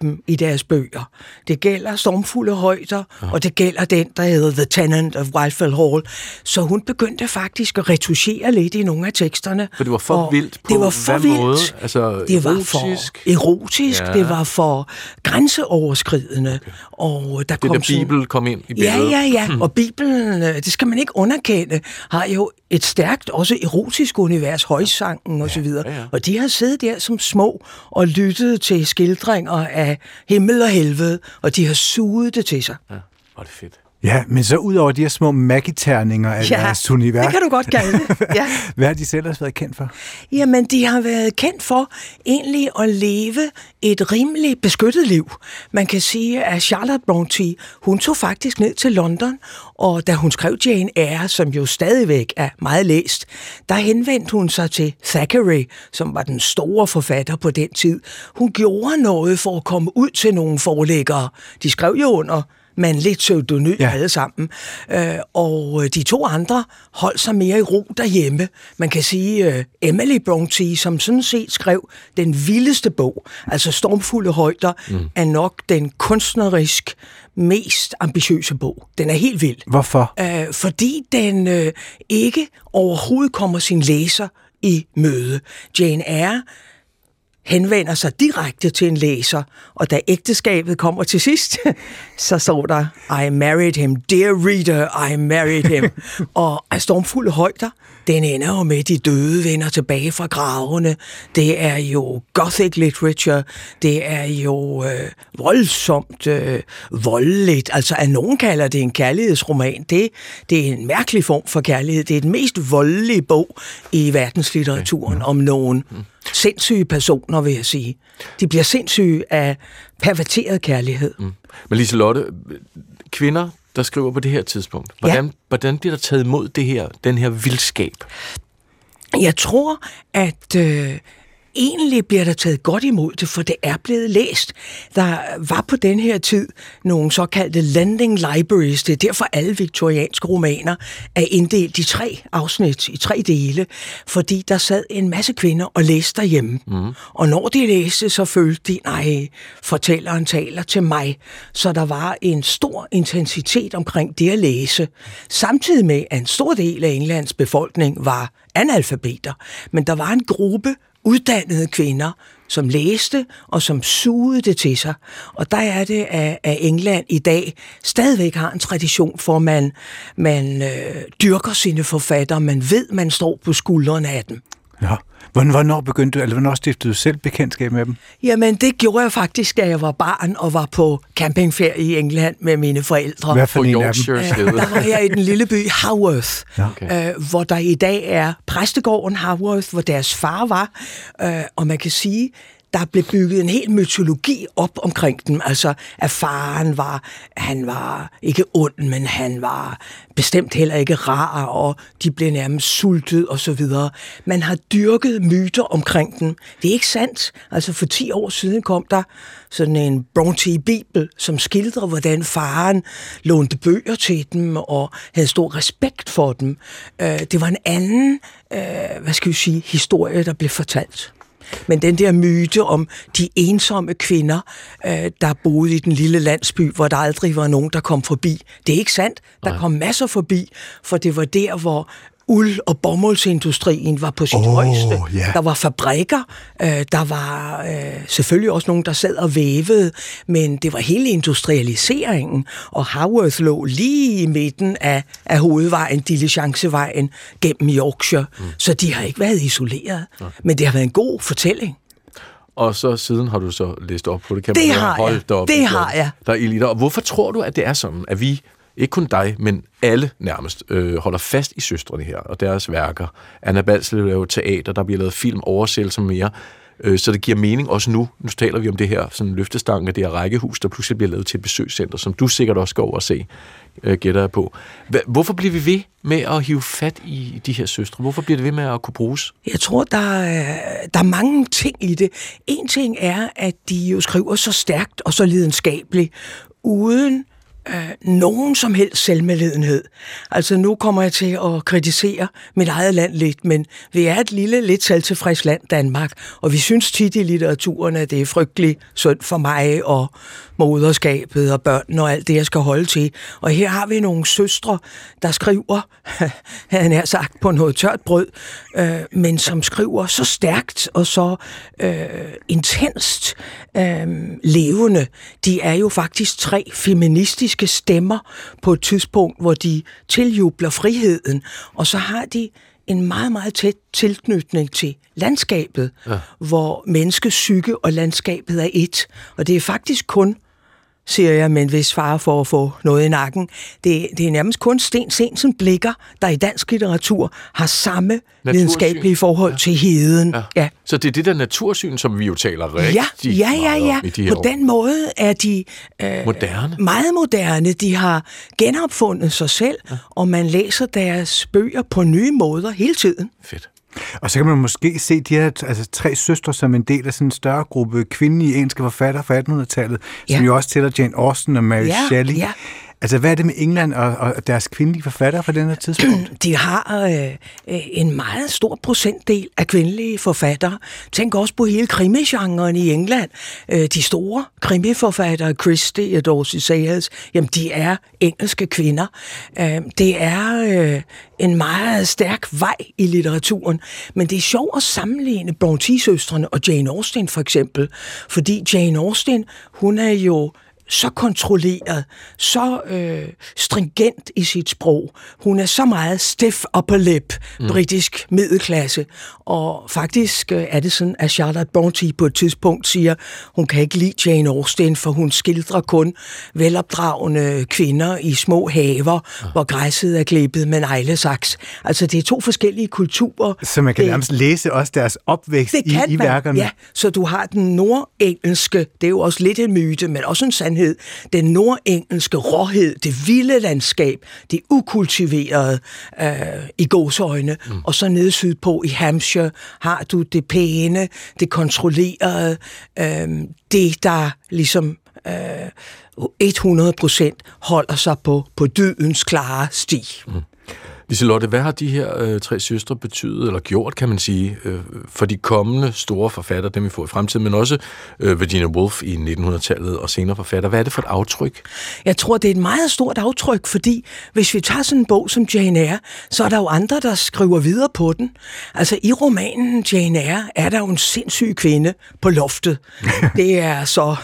dem i deres bøger. Det gælder Stormfulde højder, ja. og det gælder den, der hedder The Tenant of Wildfell Hall. Så hun begyndte faktisk at retuschere lidt i nogle af teksterne. For det var for vildt på det var for hvad vildt. måde? Altså, det var erotisk? for erotisk, ja. det var for grænseoverskridende. Okay. Og der det kom der sådan, Bibel kom ind i billedet. Ja, ja, ja. Hmm. Og Bibelen, det skal man ikke underkende, har jo et stærkt, også erotisk univers, højsangen og så videre. Ja, ja. Og de har siddet der som små og lyttet til skildringer af himmel og helvede, og de har suget det til sig. Ja, hvor er det fedt. Ja, men så ud over de her små magiterninger af ja, deres univers. det kan du godt kalde det. Ja. Hvad har de selv også været kendt for? Jamen, de har været kendt for egentlig at leve et rimelig beskyttet liv. Man kan sige, at Charlotte Brontë, hun tog faktisk ned til London, og da hun skrev Jane Eyre, som jo stadigvæk er meget læst, der henvendte hun sig til Thackeray, som var den store forfatter på den tid. Hun gjorde noget for at komme ud til nogle forlæggere. De skrev jo under men lidt pseudonym ja. alle sammen. Øh, og de to andre holdt sig mere i ro derhjemme. Man kan sige, uh, Emily Brontë, som sådan set skrev den vildeste bog, altså Stormfulde højder, mm. er nok den kunstnerisk mest ambitiøse bog. Den er helt vild. Hvorfor? Øh, fordi den øh, ikke overhovedet kommer sin læser i møde. Jane Eyre henvender sig direkte til en læser, og da ægteskabet kommer til sidst, så står der, I married him, dear reader, I married him. Og af Stormfulde højder, den ender jo med, de døde vender tilbage fra gravene. Det er jo gothic literature, det er jo øh, voldsomt øh, voldeligt. Altså, at nogen kalder det en kærlighedsroman, det, det er en mærkelig form for kærlighed. Det er den mest voldelige bog i verdenslitteraturen om nogen sindssyge personer, vil jeg sige. De bliver sindssyge af perverteret kærlighed. Mm. Men Liselotte, kvinder, der skriver på det her tidspunkt, hvordan, ja. hvordan bliver der taget imod det her, den her vildskab? Jeg tror, at øh, egentlig bliver der taget godt imod det, for det er blevet læst. Der var på den her tid nogle såkaldte landing libraries. Det er derfor alle viktorianske romaner er inddelt i tre afsnit, i tre dele, fordi der sad en masse kvinder og læste derhjemme. Mm. Og når de læste, så følte de, nej, fortælleren taler til mig. Så der var en stor intensitet omkring det at læse. Samtidig med, at en stor del af Englands befolkning var analfabeter. Men der var en gruppe uddannede kvinder, som læste og som sugede det til sig. Og der er det, at England i dag stadigvæk har en tradition for, at man, man øh, dyrker sine forfattere. Man ved, man står på skuldrene af dem. Ja. Hvornår begyndte du, eller hvornår stiftede du selv bekendtskab med dem? Jamen, det gjorde jeg faktisk, da jeg var barn og var på campingferie i England med mine forældre. Hvad for en af dem? Der var jeg i den lille by Haworth, okay. øh, hvor der i dag er præstegården Haworth, hvor deres far var. Øh, og man kan sige, der blev bygget en hel mytologi op omkring dem. Altså, at faren var, han var ikke ond, men han var bestemt heller ikke rar, og de blev nærmest sultet og så videre. Man har dyrket myter omkring dem. Det er ikke sandt. Altså, for ti år siden kom der sådan en Brontë-bibel, som skildrer, hvordan faren lånte bøger til dem, og havde stor respekt for dem. Det var en anden, hvad skal vi sige, historie, der blev fortalt. Men den der myte om de ensomme kvinder, øh, der boede i den lille landsby, hvor der aldrig var nogen, der kom forbi, det er ikke sandt. Der Nej. kom masser forbi, for det var der, hvor uld- og bomuldsindustrien var på sit oh, højeste. Yeah. Der var fabrikker, øh, der var øh, selvfølgelig også nogen, der sad og vævede, men det var hele industrialiseringen, og Haworth lå lige i midten af, af hovedvejen, Diligencevejen, gennem Yorkshire, mm. så de har ikke været isoleret, okay. men det har været en god fortælling. Og så siden har du så læst op på det, kan det man har holde jeg. op. Det har jeg. Der er eliter. Og hvorfor tror du, at det er sådan, at vi, ikke kun dig, men alle nærmest, øh, holder fast i søstrene her og deres værker? Anna Balslev laver teater, der bliver lavet film, oversættelser mere, øh, så det giver mening også nu. Nu taler vi om det her sådan løftestang af det her rækkehus, der pludselig bliver lavet til et besøgscenter, som du sikkert også skal over og se, øh, gætter jeg på. Hvorfor bliver vi ved med at hive fat i de her søstre? Hvorfor bliver det ved med at kunne bruges? Jeg tror, der er, der er mange ting i det. En ting er, at de jo skriver så stærkt og så lidenskabeligt, uden øh, nogen som helst selvmedlidenhed. Altså nu kommer jeg til at kritisere mit eget land lidt, men vi er et lille, lidt selvtilfreds land, Danmark, og vi synes tit i litteraturen, at det er frygtelig synd for mig og moderskabet og børn og alt det, jeg skal holde til. Og her har vi nogle søstre, der skriver, han har sagt på noget tørt brød, øh, men som skriver så stærkt og så øh, intenst øh, levende. De er jo faktisk tre feministiske stemmer på et tidspunkt, hvor de tiljubler friheden, og så har de en meget, meget tæt tilknytning til landskabet, ja. Hvor menneskets psyke og landskabet er et. Og det er faktisk kun, siger jeg med en vis fare for at få noget i nakken, det, det er nærmest kun Sten Steensen Blicher, der i dansk litteratur har samme natursyn. Videnskabelige forhold ja. Til heden. Ja. Ja. Så det er det der natursyn, som vi jo taler rigtig ja, ja, ja, ja. meget om i de her På år. Den måde er de øh, moderne. meget moderne. De har genopfundet sig selv, ja. Og man læser deres bøger på nye måder hele tiden. Fedt. Og så kan man måske se de her altså, tre søstre som en del af sådan en større gruppe kvindelige engelske forfattere fra attenhundredetallet, ja. Som jo også tæller Jane Austen og Mary ja, Shelley. Ja. Altså, hvad er det med England og, og deres kvindelige forfattere fra den her tidspunkt? De har øh, en meget stor procentdel af kvindelige forfattere. Tænk også på hele krimigenren i England. Øh, de store krimiforfattere, Christie og Dorothy Sayers, jamen, de er engelske kvinder. Øh, det er øh, en meget stærk vej i litteraturen. Men det er sjovt at sammenligne Brontë-søstrene og Jane Austen for eksempel. Fordi Jane Austen, hun er jo så kontrolleret, så øh, stringent i sit sprog. Hun er så meget stiff upper lip, mm. britisk middelklasse. Og faktisk øh, er det sådan, at Charlotte Brontë på et tidspunkt siger, hun kan ikke lide Jane Austen, for hun skildrer kun velopdragende kvinder i små haver, ja. Hvor græsset er klippet med neglesaks. Altså, det er to forskellige kulturer. Så man kan det, nærmest læse også deres opvækst i, i værkerne? Ja, så du har den nordengelske, det er jo også lidt en myte, men også en sandhed, den nordengelske råhed, det vilde landskab, det ukultiverede øh, i gåseøjne, mm. og så nede sydpå i Hampshire har du det pæne, det kontrollerede, øh, det der ligesom øh, hundrede procent holder sig på, på dydens klare sti. Mm. Liselotte, hvad har de her øh, tre søstre betydet, eller gjort, kan man sige, øh, for de kommende store forfattere, dem vi får i fremtiden, men også øh, Virginia Woolf i nittenhundredetallet og senere forfatter. Hvad er det for et aftryk? Jeg tror, det er et meget stort aftryk, fordi hvis vi tager sådan en bog som Jane Eyre, så er der jo andre, der skriver videre på den. Altså i romanen Jane Eyre er der jo en sindssyg kvinde på loftet. Det er så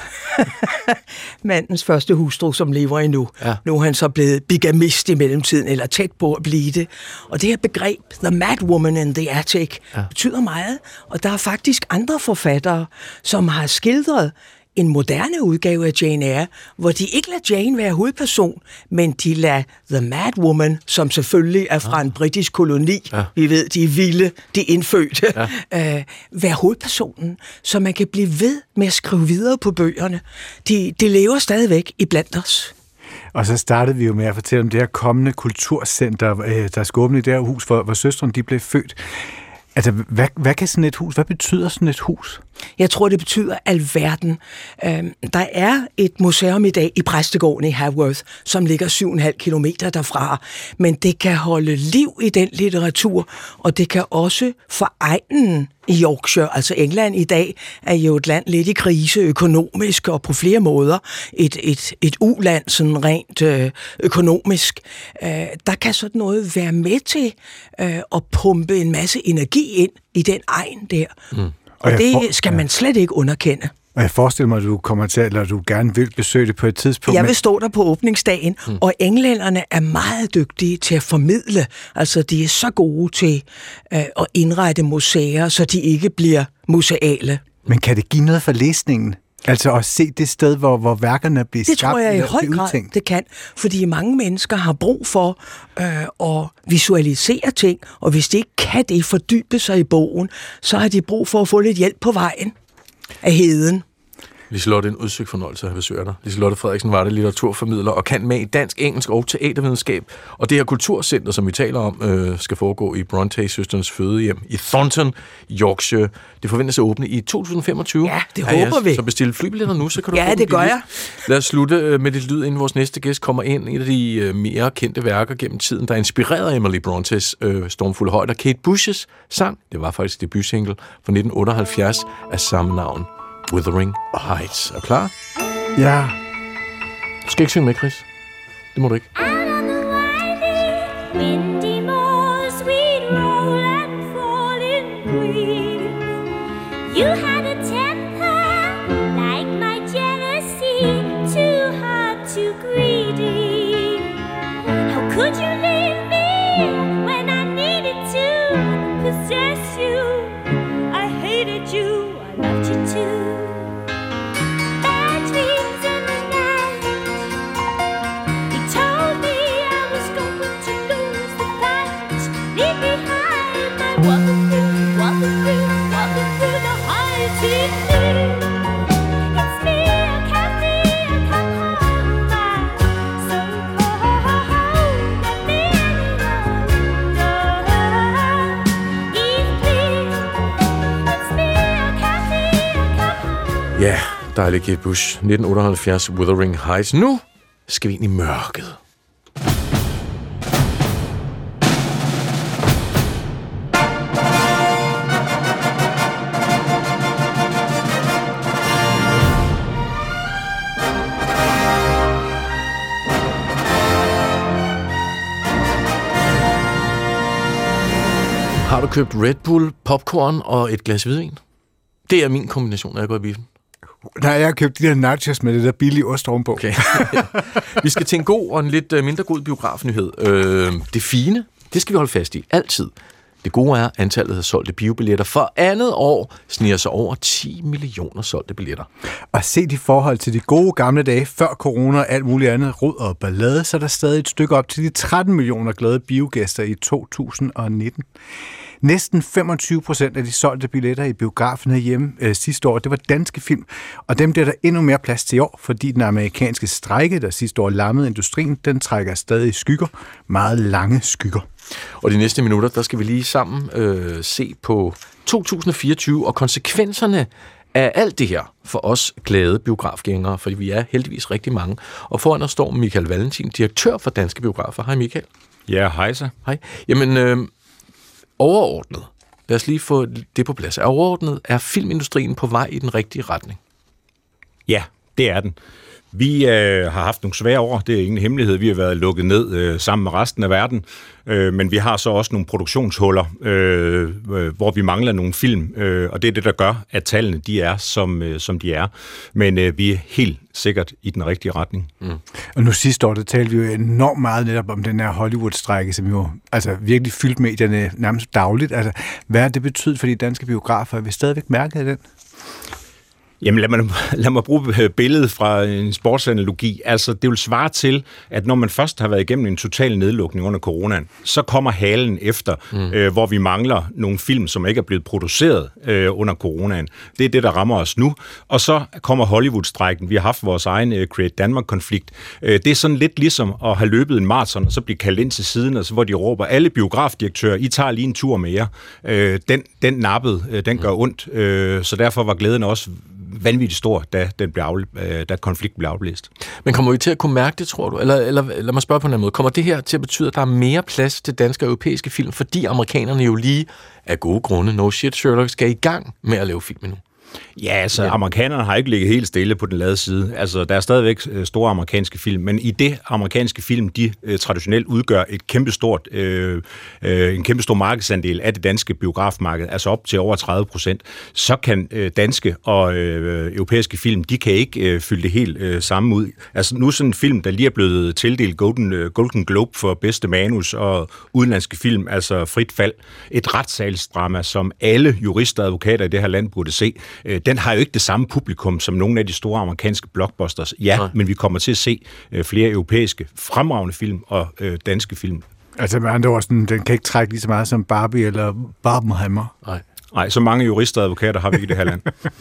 mandens første hustru, som lever endnu. Ja. Nu er han så blevet bigamist i mellemtiden, eller tæt på at blive det. Og det her begreb, The Mad Woman in the Attic, ja. Betyder meget. Og der er faktisk andre forfattere, som har skildret en moderne udgave af Jane Eyre, hvor de ikke lader Jane være hovedperson, men de lader The Mad Woman, som selvfølgelig er fra ja. En britisk koloni, ja. Vi ved, de er vilde, de er indfødte, ja. øh, være hovedpersonen, så man kan blive ved med at skrive videre på bøgerne. De, de lever stadigvæk iblandt os. Og så startede vi jo med at fortælle om det her kommende kulturcenter, der skal åbne i det her hus, hvor, hvor søstrene de blev født. Altså, hvad, hvad kan sådan et hus, hvad betyder sådan et hus? Jeg tror, det betyder alverden. Øhm, der er et museum i dag i Præstegården i Haworth, som ligger syv komma fem kilometer derfra, men det kan holde liv i den litteratur, og det kan også for egnen i Yorkshire, altså England i dag, er jo et land lidt i krise økonomisk og på flere måder et, et, et u-land sådan rent øh, økonomisk. Øh, der kan sådan noget være med til øh, at pumpe en masse energi ind i den egen der. Mm. Og, og det for, skal man slet ikke underkende. Og jeg forestiller mig, at du kommer til, eller du gerne vil besøge det på et tidspunkt. Jeg vil stå der på åbningsdagen, mm. og englænderne er meget dygtige til at formidle. Altså, de er så gode til øh, at indrette museer, så de ikke bliver museale. Men kan det give noget for læsningen? Altså at se det sted, hvor, hvor værkerne bliver skabt? Det tror jeg i høj grad, det kan. Fordi mange mennesker har brug for øh, at visualisere ting, og hvis de ikke kan det, fordybe sig i bogen, så har de brug for at få lidt hjælp på vejen af heden. Liselotte, en udsøgt fornøjelse at have besøgt dig. Liselotte Frederiksen var det litteraturformidler og kan med i dansk, engelsk og teatervidenskab. Og det her kulturcenter, som vi taler om, øh, skal foregå i Brontë-søsternes fødehjem i Thornton, Yorkshire. Det forventes at åbne i to tusind femogtyve. Ja, det håber vi. Så bestil flybilletter nu, så kan du ja, få det gør jeg. Lad os slutte med det lyd, inden vores næste gæst kommer ind. En af de mere kendte værker gennem tiden, der inspirerede Emily Brontës øh, Stormfulde højder. Kate Bush's sang, det var faktisk debutsingle fra nitten otteoghalvfjerds af samme navn. Wuthering Heights. Er du klar? Ja. Du skal ikke synge med, Chris. Det må du ikke. You had a temper like my jealousy, too hard, too greedy. How could you leave me when I needed to possess you? I hated you, I loved you too. Bad dreams in the night. He told me I was going to lose the fight. Leave behind my walking through, walking through, walking through the heights. It's me, I can't be, I come home back. So cold, let me anyone. Please, please. It's me, I can't be, I come home. Ja, dejlig Kate Bush. nitten otteoghalvfjerds, Wuthering Heights. Nu skal vi ind i mørket. Har du købt Red Bull, popcorn og et glas hvidvin? Det er min kombination, når jeg går i biffen. Nej, jeg har købt de der nachos med det der billige ost ovenpå. Okay. Vi skal til en god og en lidt mindre god biografnyhed. Øh, det fine, det skal vi holde fast i. Altid. Det gode er, antallet af solgte biobilletter for andet år sniger sig over ti millioner solgte billetter. Og set i forhold til de gode gamle dage, før corona og alt muligt andet rod og ballade, så er der stadig et stykke op til de tretten millioner glade biogæster i to tusind nitten. Næsten femogtyve procent af de solgte billetter i biografen herhjemme øh, sidste år, det var danske film, og dem bliver der endnu mere plads til i år, fordi den amerikanske strejke, der sidste år lammede industrien, den trækker stadig skygger, meget lange skygger. Og de næste minutter, der skal vi lige sammen øh, se på to tusind fireogtyve og konsekvenserne af alt det her for os glade biografgængere, fordi vi er heldigvis rigtig mange. Og foran os står Michael Valentin, direktør for Danske Biografer. Hej Michael. Ja, hej så. Hej. Jamen, øh, overordnet, lad os lige få det på plads. Overordnet, er filmindustrien på vej i den rigtige retning? Ja, det er den. Vi øh, har haft nogle svære år, det er ingen hemmelighed. Vi har været lukket ned øh, sammen med resten af verden, øh, men vi har så også nogle produktionshuller, øh, øh, hvor vi mangler nogle film, øh, og det er det, der gør, at tallene de er, som, øh, som de er. Men øh, vi er helt sikkert i den rigtige retning. Mm. Og nu sidste år, der talte vi jo enormt meget netop om den her Hollywood-strække, som jo altså, virkelig fyldt medierne nærmest dagligt. Altså, hvad har det betydet for de danske biografer? Er vi stadigvæk mærket af den? Jamen lad mig, lad mig bruge billedet fra en sportsanalogi. Altså det vil svare til, at når man først har været igennem en total nedlukning under coronaen, så kommer halen efter, mm. øh, hvor vi mangler nogle film, som ikke er blevet produceret øh, under coronaen. Det er det, der rammer os nu. Og så kommer Hollywood-strækken. Vi har haft vores egen øh, Create Danmark-konflikt. Øh, det er sådan lidt ligesom at have løbet en maraton, og så blive kaldt ind til siden, og så hvor de råber, alle biografdirektører, I tager lige en tur med jer. Øh, den, den nappede, øh, den gør ondt, øh, så derfor var glæden også vanvittigt stor, da, den blev afl- da konflikten blev afblæst. Men kommer vi til at kunne mærke det, tror du? Eller, eller lad mig spørge på en anden måde. Kommer det her til at betyde, at der er mere plads til danske og europæiske film, fordi amerikanerne jo lige af gode grunde, no shit, Sherlock, skal i gang med at lave film nu? Ja, altså, ja. Amerikanerne har ikke ligget helt stille på den lade side. Altså, der er stadigvæk store amerikanske film, men i det amerikanske film, de øh, traditionelt udgør et kæmpestort, øh, øh, en kæmpestor markedsandel af det danske biografmarked, altså op til over tredive procent, så kan øh, danske og øh, europæiske film, de kan ikke øh, fylde det helt øh, samme ud. Altså, nu sådan en film, der lige er blevet tildelt Golden, øh, Golden Globe for bedste manus og udenlandske film, altså Frit Fald, et retssalsdrama, som alle jurister og advokater i det her land burde se. Den har jo ikke det samme publikum som nogle af de store amerikanske blockbusters. Ja, Nej. Men vi kommer til at se flere europæiske fremragende film og øh, danske film. Altså med andre ord, den kan ikke trække lige så meget som Barbie eller Barbenheimer. Nej. Nej, så mange jurister og advokater har vi ikke i det her land.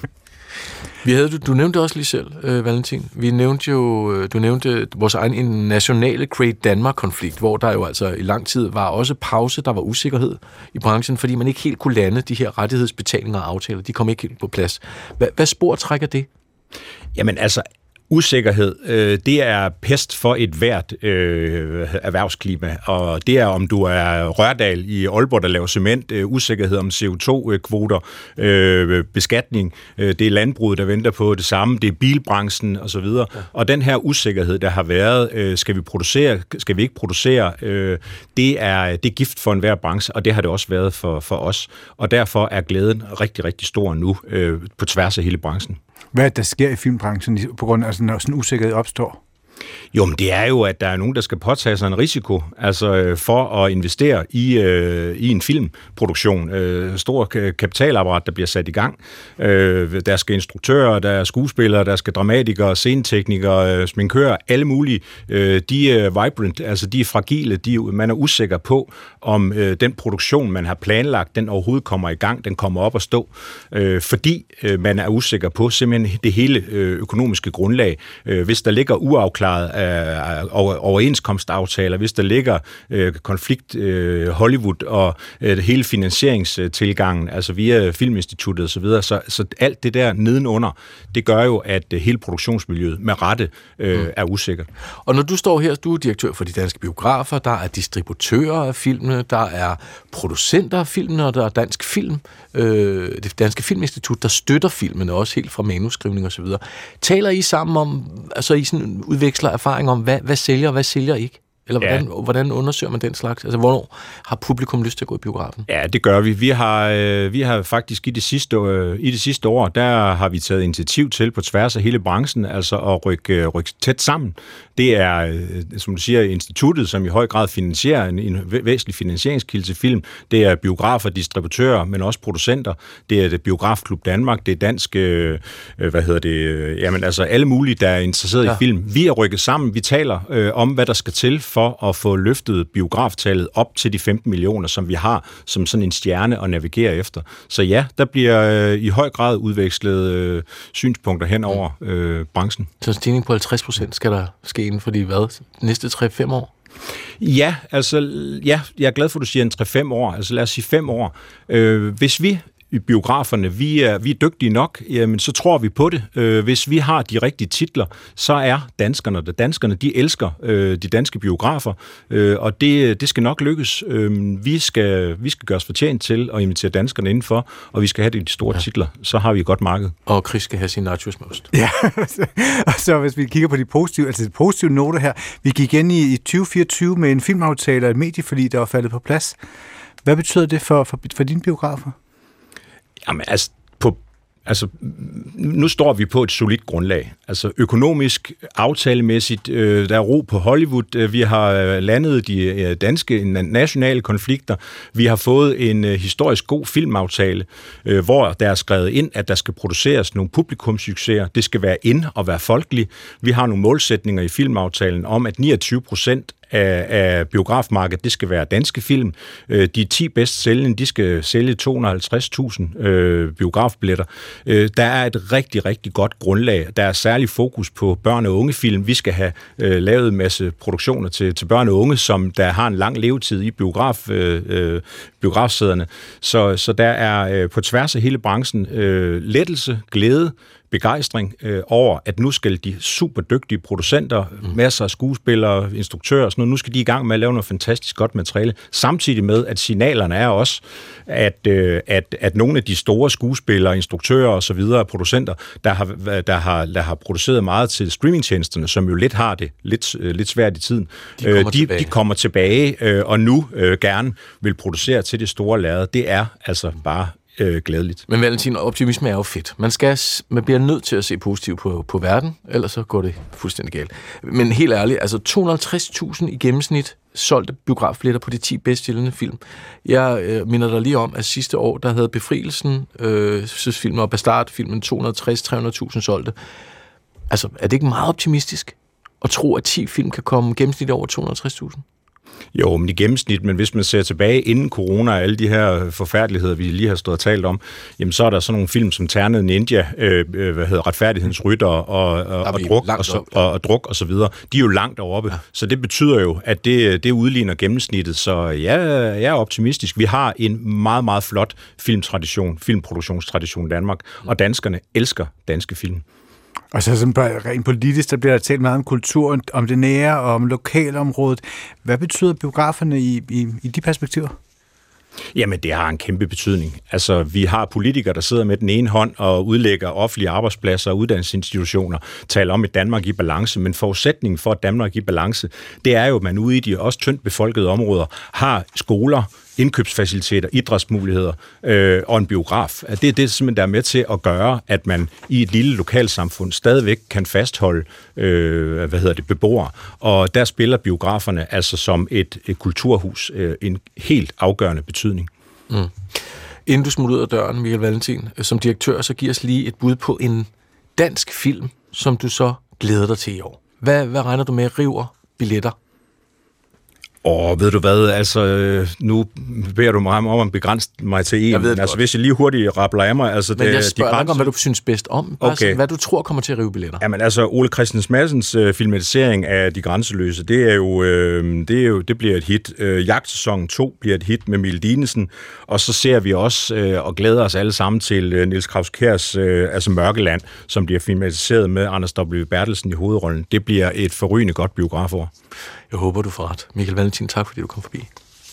Vi havde, du, du nævnte også lige selv, øh, Valentin. Vi nævnte jo, du nævnte vores egen nationale Create Danmark-konflikt, hvor der jo altså i lang tid var også pause, der var usikkerhed i branchen, fordi man ikke helt kunne lande de her rettighedsbetalinger og aftaler. De kom ikke helt på plads. Hva, hvad spor trækker det? Jamen altså, usikkerhed, øh, det er pest for et hvert øh, erhvervsklima, og det er, om du er Rørdal i Aalborg, der laver cement, øh, usikkerhed om C O to kvoter, øh, beskatning, øh, det er landbruget, der venter på det samme, det er bilbranchen osv., ja. Og den her usikkerhed, der har været, øh, skal vi producere, skal vi ikke producere, øh, det, er, det er gift for enhver branche, og det har det også været for, for os, og derfor er glæden rigtig, rigtig stor nu øh, på tværs af hele branchen. Hvad er det, der sker i filmbranchen på grund af, når sådan en usikkerhed opstår? Jo, men det er jo, at der er nogen, der skal påtage sig en risiko, altså øh, for at investere i, øh, i en filmproduktion. Øh, stor kapitalapparat, der bliver sat i gang. Øh, der skal instruktører, der er skuespillere, der skal dramatikere, sceneteknikere, øh, sminkører, alle mulige. Øh, de er vibrant, altså de er fragile, de, man er usikker på, om øh, den produktion, man har planlagt, den overhovedet kommer i gang, den kommer op at stå. Øh, fordi øh, man er usikker på simpelthen det hele øh, økonomiske grundlag. Øh, hvis der ligger uafklaret overenskomstaftaler, hvis der ligger øh, konflikt øh, Hollywood og øh, hele finansieringstilgangen, altså via Filminstituttet osv., så, så, så alt det der nedenunder, det gør jo, at øh, hele produktionsmiljøet med rette øh, mm. er usikkert. Og når du står her, du er direktør for de danske biografer, der er distributører af filmene, der er producenter af filmene, og der er Dansk Film, øh, det Danske Filminstitut, der støtter filmene også helt fra manuskrivning osv. Taler I sammen om, altså I sådan udveksler erfaring om, hvad, hvad sælger og hvad sælger ikke? Eller hvordan, ja. hvordan undersøger man den slags? Altså, hvornår har publikum lyst til at gå i biografen? Ja, det gør vi. Vi har, øh, vi har faktisk i det, sidste, øh, i det sidste år, der har vi taget initiativ til på tværs af hele branchen, altså at rykke, rykke tæt sammen. Det er, øh, som du siger, instituttet, som i høj grad finansierer en, en væsentlig finansieringskilde til film. Det er biografer, distributører, men også producenter. Det er det Biografklub Danmark, det er dansk, øh, hvad hedder det, øh, jamen altså alle mulige, der er interesseret ja. i film. Vi er rykket sammen, vi taler øh, om, hvad der skal til for at få løftet biograftallet op til de femten millioner, som vi har som sådan en stjerne at navigere efter. Så ja, der bliver øh, i høj grad udvekslet øh, synspunkter hen over øh, branchen. Så en stigning på halvtreds procent skal der ske inden for de hvad? Næste tre til fem år? Ja, altså, ja, jeg er glad for, at du siger en tre til fem år. Altså lad os sige fem år. Øh, hvis vi i biograferne, vi er, vi er dygtige nok, jamen, så tror vi på det. Øh, hvis vi har de rigtige titler, så er danskerne der. Danskerne, de elsker øh, de danske biografer, øh, og det, det skal nok lykkes. Øh, vi, skal, vi skal gøre os fortjent til at invitere danskerne indenfor, og vi skal have de store ja. titler. Så har vi et godt marked. Og Chris skal have sin nachos med ost. Ja, og så hvis vi kigger på de positive, altså de positive noter her. Vi gik ind i, i tyve fireogtyve med en filmaftale og et medieforlig, der var faldet på plads. Hvad betyder det for, for, for dine biografer? Jamen, altså, på, altså, nu står vi på et solidt grundlag. Altså økonomisk, aftalemæssigt, øh, der er ro på Hollywood. Vi har landet de øh, danske nationale konflikter. Vi har fået en øh, historisk god filmaftale, øh, hvor der er skrevet ind, at der skal produceres nogle publikumssucceser. Det skal være ind og være folkelig. Vi har nogle målsætninger i filmaftalen om, at niogtyve procent Af, af biografmarkedet, det skal være danske film. De ti bedst sælgende, de skal sælge to hundrede og halvtreds tusind øh, biografbilletter. Øh, der er et rigtig, rigtig godt grundlag. Der er særlig fokus på børn- og ungefilm. Vi skal have øh, lavet en masse produktioner til, til børn og unge, som der har en lang levetid i biograf, øh, biografsæderne. Så, så der er øh, på tværs af hele branchen øh, lettelse, glæde, begejstring øh, over, at nu skal de super dygtige producenter, mm. masser af skuespillere, instruktører og sådan noget, nu skal de i gang med at lave noget fantastisk godt materiale, samtidig med, at signalerne er også, at, øh, at, at nogle af de store skuespillere, instruktører og så videre, producenter, der har, der har, der har produceret meget til streamingtjenesterne, som jo lidt har det lidt, øh, lidt svært i tiden, de kommer øh, de, tilbage, de kommer tilbage øh, og nu øh, gerne vil producere til det store lærred. Det er altså bare Øh, glædeligt. Men Valentin, optimisme er jo fedt. Man, skal, man bliver nødt til at se positivt på, på verden, ellers så går det fuldstændig galt. Men helt ærligt, altså to hundrede og halvtreds tusind i gennemsnit solgte biografbilletter på de ti bedst sælgende film. Jeg øh, minder dig lige om, at sidste år, der havde Befrielsen, øh, filmen og Bastard-filmen to hundrede og tres til tre hundrede tusind solgte. Altså, er det ikke meget optimistisk at tro, at ti film kan komme gennemsnit over to hundrede og halvtreds tusind? Jo, men i gennemsnit, men hvis man ser tilbage inden corona og alle de her forfærdeligheder, vi lige har stået og talt om, jamen så er der sådan nogle film som Ternet Ninja, øh, hvad hedder Retfærdighedens Rytter og, og, og, druk, og, så, og, og druk og så videre. De er jo langt deroppe, ja. Så det betyder jo, at det, det udligner gennemsnittet. Så ja, jeg er optimistisk. Vi har en meget, meget flot filmtradition, filmproduktionstradition i Danmark, og danskerne elsker danske film. Og så sådan bare rent politisk, der bliver der talt meget om kulturen, om det nære og om lokalområdet. Hvad betyder biograferne i, i, i de perspektiver? Jamen, det har en kæmpe betydning. Altså, vi har politikere, der sidder med den ene hånd og udlægger offentlige arbejdspladser og uddannelsesinstitutioner, taler om et Danmark i balance, men forudsætningen for et Danmark i balance, det er jo, at man ude i de også tyndt befolkede områder har skoler, indkøbsfaciliteter, idrætsmuligheder øh, og en biograf. Det er det, simpelthen, der er med til at gøre, at man i et lille lokalsamfund stadigvæk kan fastholde øh, hvad hedder det, beboere. Og der spiller biograferne altså som et, et kulturhus øh, en helt afgørende betydning. Mm. Inden du smutter ud af døren, Michael Valentin, som direktør, så giver os lige et bud på en dansk film, som du så glæder dig til i år. Hvad, hvad regner du med river billetter? Og ved du hvad, altså, nu beder du mig om at begrænse mig til en. Altså, godt. Hvis jeg lige hurtigt rappler af mig... Altså, Men det, jeg spørger de dig om, hvad du synes bedst om. Okay. Altså, hvad du tror kommer til at rive billetter. Jamen altså, Ole Christian Madsens øh, filmatisering af De Grænseløse, det er jo, øh, det, er jo det bliver et hit. Øh, Jagtsæson to bliver et hit med Mille Dinesen. Og så ser vi også øh, og glæder os alle sammen til øh, Niels Krauss-Kjærs øh, altså Mørkeland, som bliver filmatiseret med Anders W. Bertelsen i hovedrollen. Det bliver et forrygende godt biografår. Jeg håber, du får ret. Michael Valentin, tak fordi du kom forbi.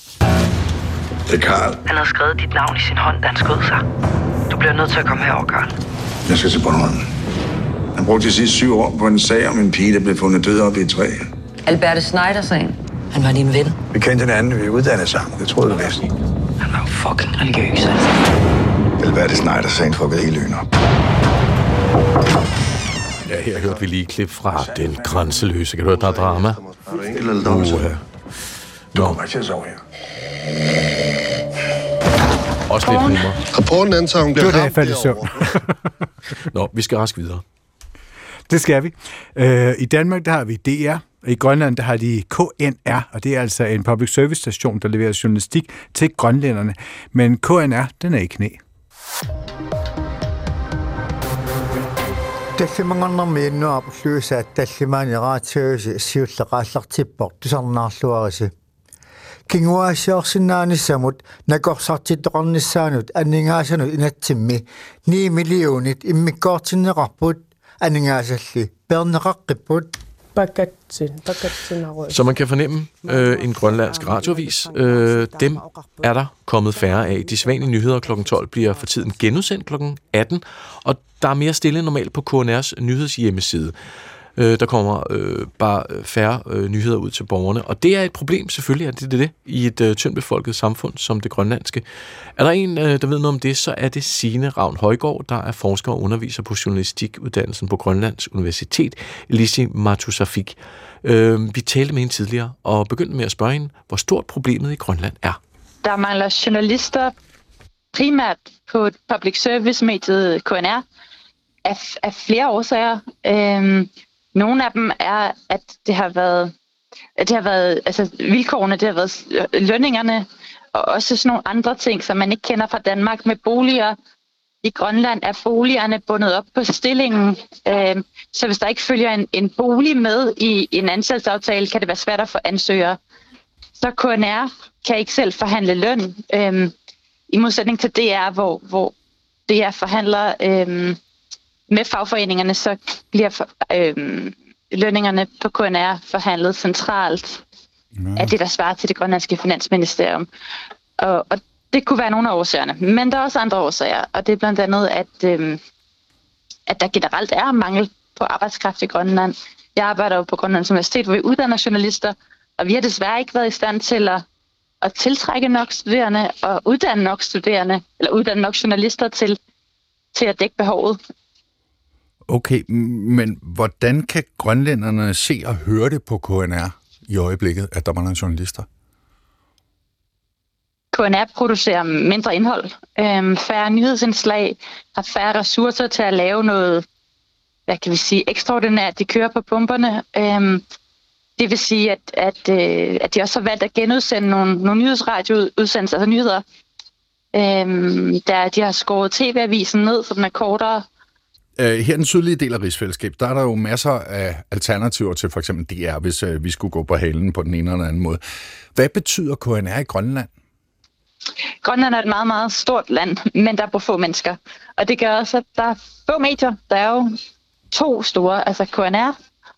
Det er Karl. Han havde skrevet dit navn i sin hånd, da han skød sig. Du bliver nødt til at komme herover, Karl. Jeg skal til Bornholm. Han brugte de sidste syv år på en sag om en pige, der blev fundet død oppe i et træ. Alberte Schneider-sagen. Han var din ven. Vi kendte hinanden, vi uddannede sammen. Det troede du næsten. Han var jo fucking religiøs, altså. Alberte Schneider-sagen fuckede hele øen op. Ja, her hørte vi lige et klip fra Den Grænseløse. Kan du høre, der er drama? Uh, Nå. Også lidt humor. Rapporten antager, hun bliver ramt derovre. Nå, vi skal rask videre. Det skal vi. Øh, I Danmark, der har vi D R. I Grønland, der har de K N R, og det er altså en public service station, der leverer journalistik til grønlænderne. Men K N R, den er i knæ. Таллимангорнэрми иннуапуллуусаат таллимаанераатиуси сиуллеқааллартиппор тусарнаарluarisi кингуаасиорсинааниссамут накорсартитоқарниссаанут аннингаасанут инатсимми ni millionit иммиккоортиннеқарпут аннингаасалли пернеқаққиппут. Så man kan fornemme øh, en grønlandsk radioavis. Øh, dem er der kommet færre af. De sædvanlige nyheder klokken tolv bliver for tiden genudsendt klokken atten, og der er mere stille end normalt på K N R's nyhedshjemmeside. Øh, der kommer øh, bare færre øh, nyheder ud til borgerne, og det er et problem, selvfølgelig er det det, det i et øh, tyndt befolket samfund som det grønlandske. Er der en, øh, der ved noget om det, så er det Signe Ravn Højgaard, der er forsker og underviser på journalistikuddannelsen på Grønlands Universitet, Elisi Matusafik. Øh, vi talte med hende tidligere og begyndte med at spørge hende, hvor stort problemet i Grønland er. Der mangler journalister primært på public service-mediet K N R af, af flere årsager. Øhm, nogle af dem er, at det har været, at det har været altså vilkårene, det har været lønningerne, og også sådan nogle andre ting, som man ikke kender fra Danmark med boliger. I Grønland er boligerne bundet op på stillingen, øhm, så hvis der ikke følger en, en bolig med i, i en ansættelsesaftale, kan det være svært at få ansøgere. Så K N R kan ikke selv forhandle løn, øhm, i modsætning til D R, hvor, hvor D R forhandler øhm, med fagforeningerne, så bliver for, øhm, lønningerne på K N R forhandlet centralt ja. af det, der svarer til det grønlandske finansministerium. Og, og det kunne være nogle af årsagerne. Men der er også andre årsager, og det er blandt andet, at, øhm, at der generelt er mangel på arbejdskraft i Grønland. Jeg arbejder jo på Grønlands Universitet, hvor vi uddanner journalister, og vi har desværre ikke været i stand til at, at tiltrække nok studerende og uddanne nok studerende, eller uddanne nok journalister til, til at dække behovet. Okay, men hvordan kan grønlænderne se og høre det på K N R i øjeblikket, at der mangler journalister? K N R producerer mindre indhold, øhm, færre nyhedsindslag, har færre ressourcer til at lave noget, hvad kan vi sige, ekstraordinært. De kører på pumperne. Øhm, Det vil sige, at, at, øh, at de også har valgt at genudsende nogle, nogle nyhedsradioudsendelser, altså nyheder, øh, der de har skåret T V-avisen ned, så den er kortere. Her i den sydlige del af rigsfællesskabet, der er der jo masser af alternativer til for eksempel D R, hvis øh, vi skulle gå på halen på den ene eller anden måde. Hvad betyder K N R i Grønland? Grønland er et meget, meget stort land, men der er på få mennesker. Og det gør også, at der er få medier. Der er jo to store, altså K N R,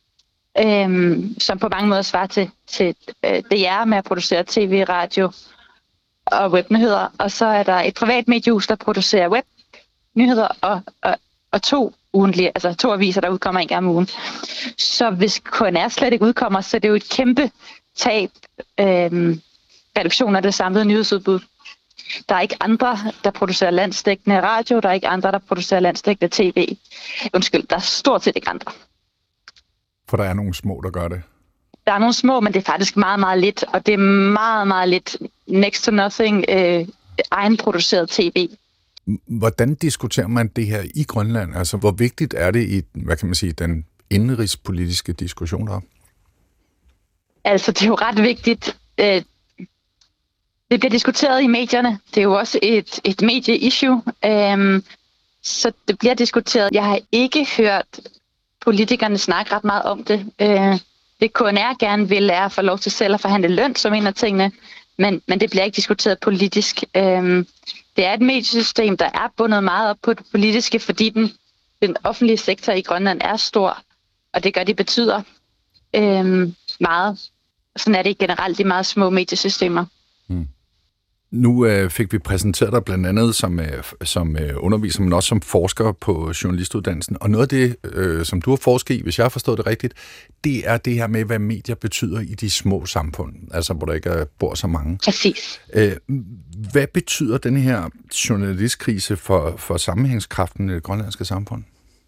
øhm, som på mange måder svarer til, til øh, D R med at producere tv, radio og webnyheder. Og så er der et privat mediehus, der producerer webnyheder og, og, og to ugentlige, altså to aviser, der udkommer en gang om ugen. Så hvis K N R slet ikke udkommer, så er det jo et kæmpe tab, øhm, reduktion af det samlede nyhedsudbud. Der er ikke andre, der producerer landsdækkende radio, der er ikke andre, der producerer landsdækkende tv. Undskyld, der er stort set ikke andre. For der er nogle små, der gør det. Der er nogle små, men det er faktisk meget, meget lidt, og det er meget, meget lidt next to nothing øh, egenproduceret tv. Hvordan diskuterer man det her i Grønland? Altså, hvor vigtigt er det i, hvad kan man sige, den indenrigspolitiske diskussion der? Altså, det er jo ret vigtigt. Øh, det bliver diskuteret i medierne. Det er jo også et, et medie-issue. Øh, så det bliver diskuteret. Jeg har ikke hørt politikerne snakke ret meget om det. Øh, det K N R gerne vil er at få lov til selv at forhandle løn, som en af tingene, men, men det bliver ikke diskuteret politisk. Øh, det er et mediesystem, der er bundet meget op på det politiske, fordi den, den offentlige sektor i Grønland er stor, og det gør, det betyder øh, meget. Sådan er det generelt i meget små mediesystemer. Hmm. Nu øh, fik vi præsenteret dig blandt andet som, øh, som øh, underviser, men også som forsker på journalistuddannelsen. Og noget af det, øh, som du har forsket i, hvis jeg har forstået det rigtigt, det er det her med, hvad medier betyder i de små samfund, altså hvor der ikke er, bor så mange. Præcis. Øh, hvad betyder den her journalistkrise for, for sammenhængskraften i det grønlandske samfund?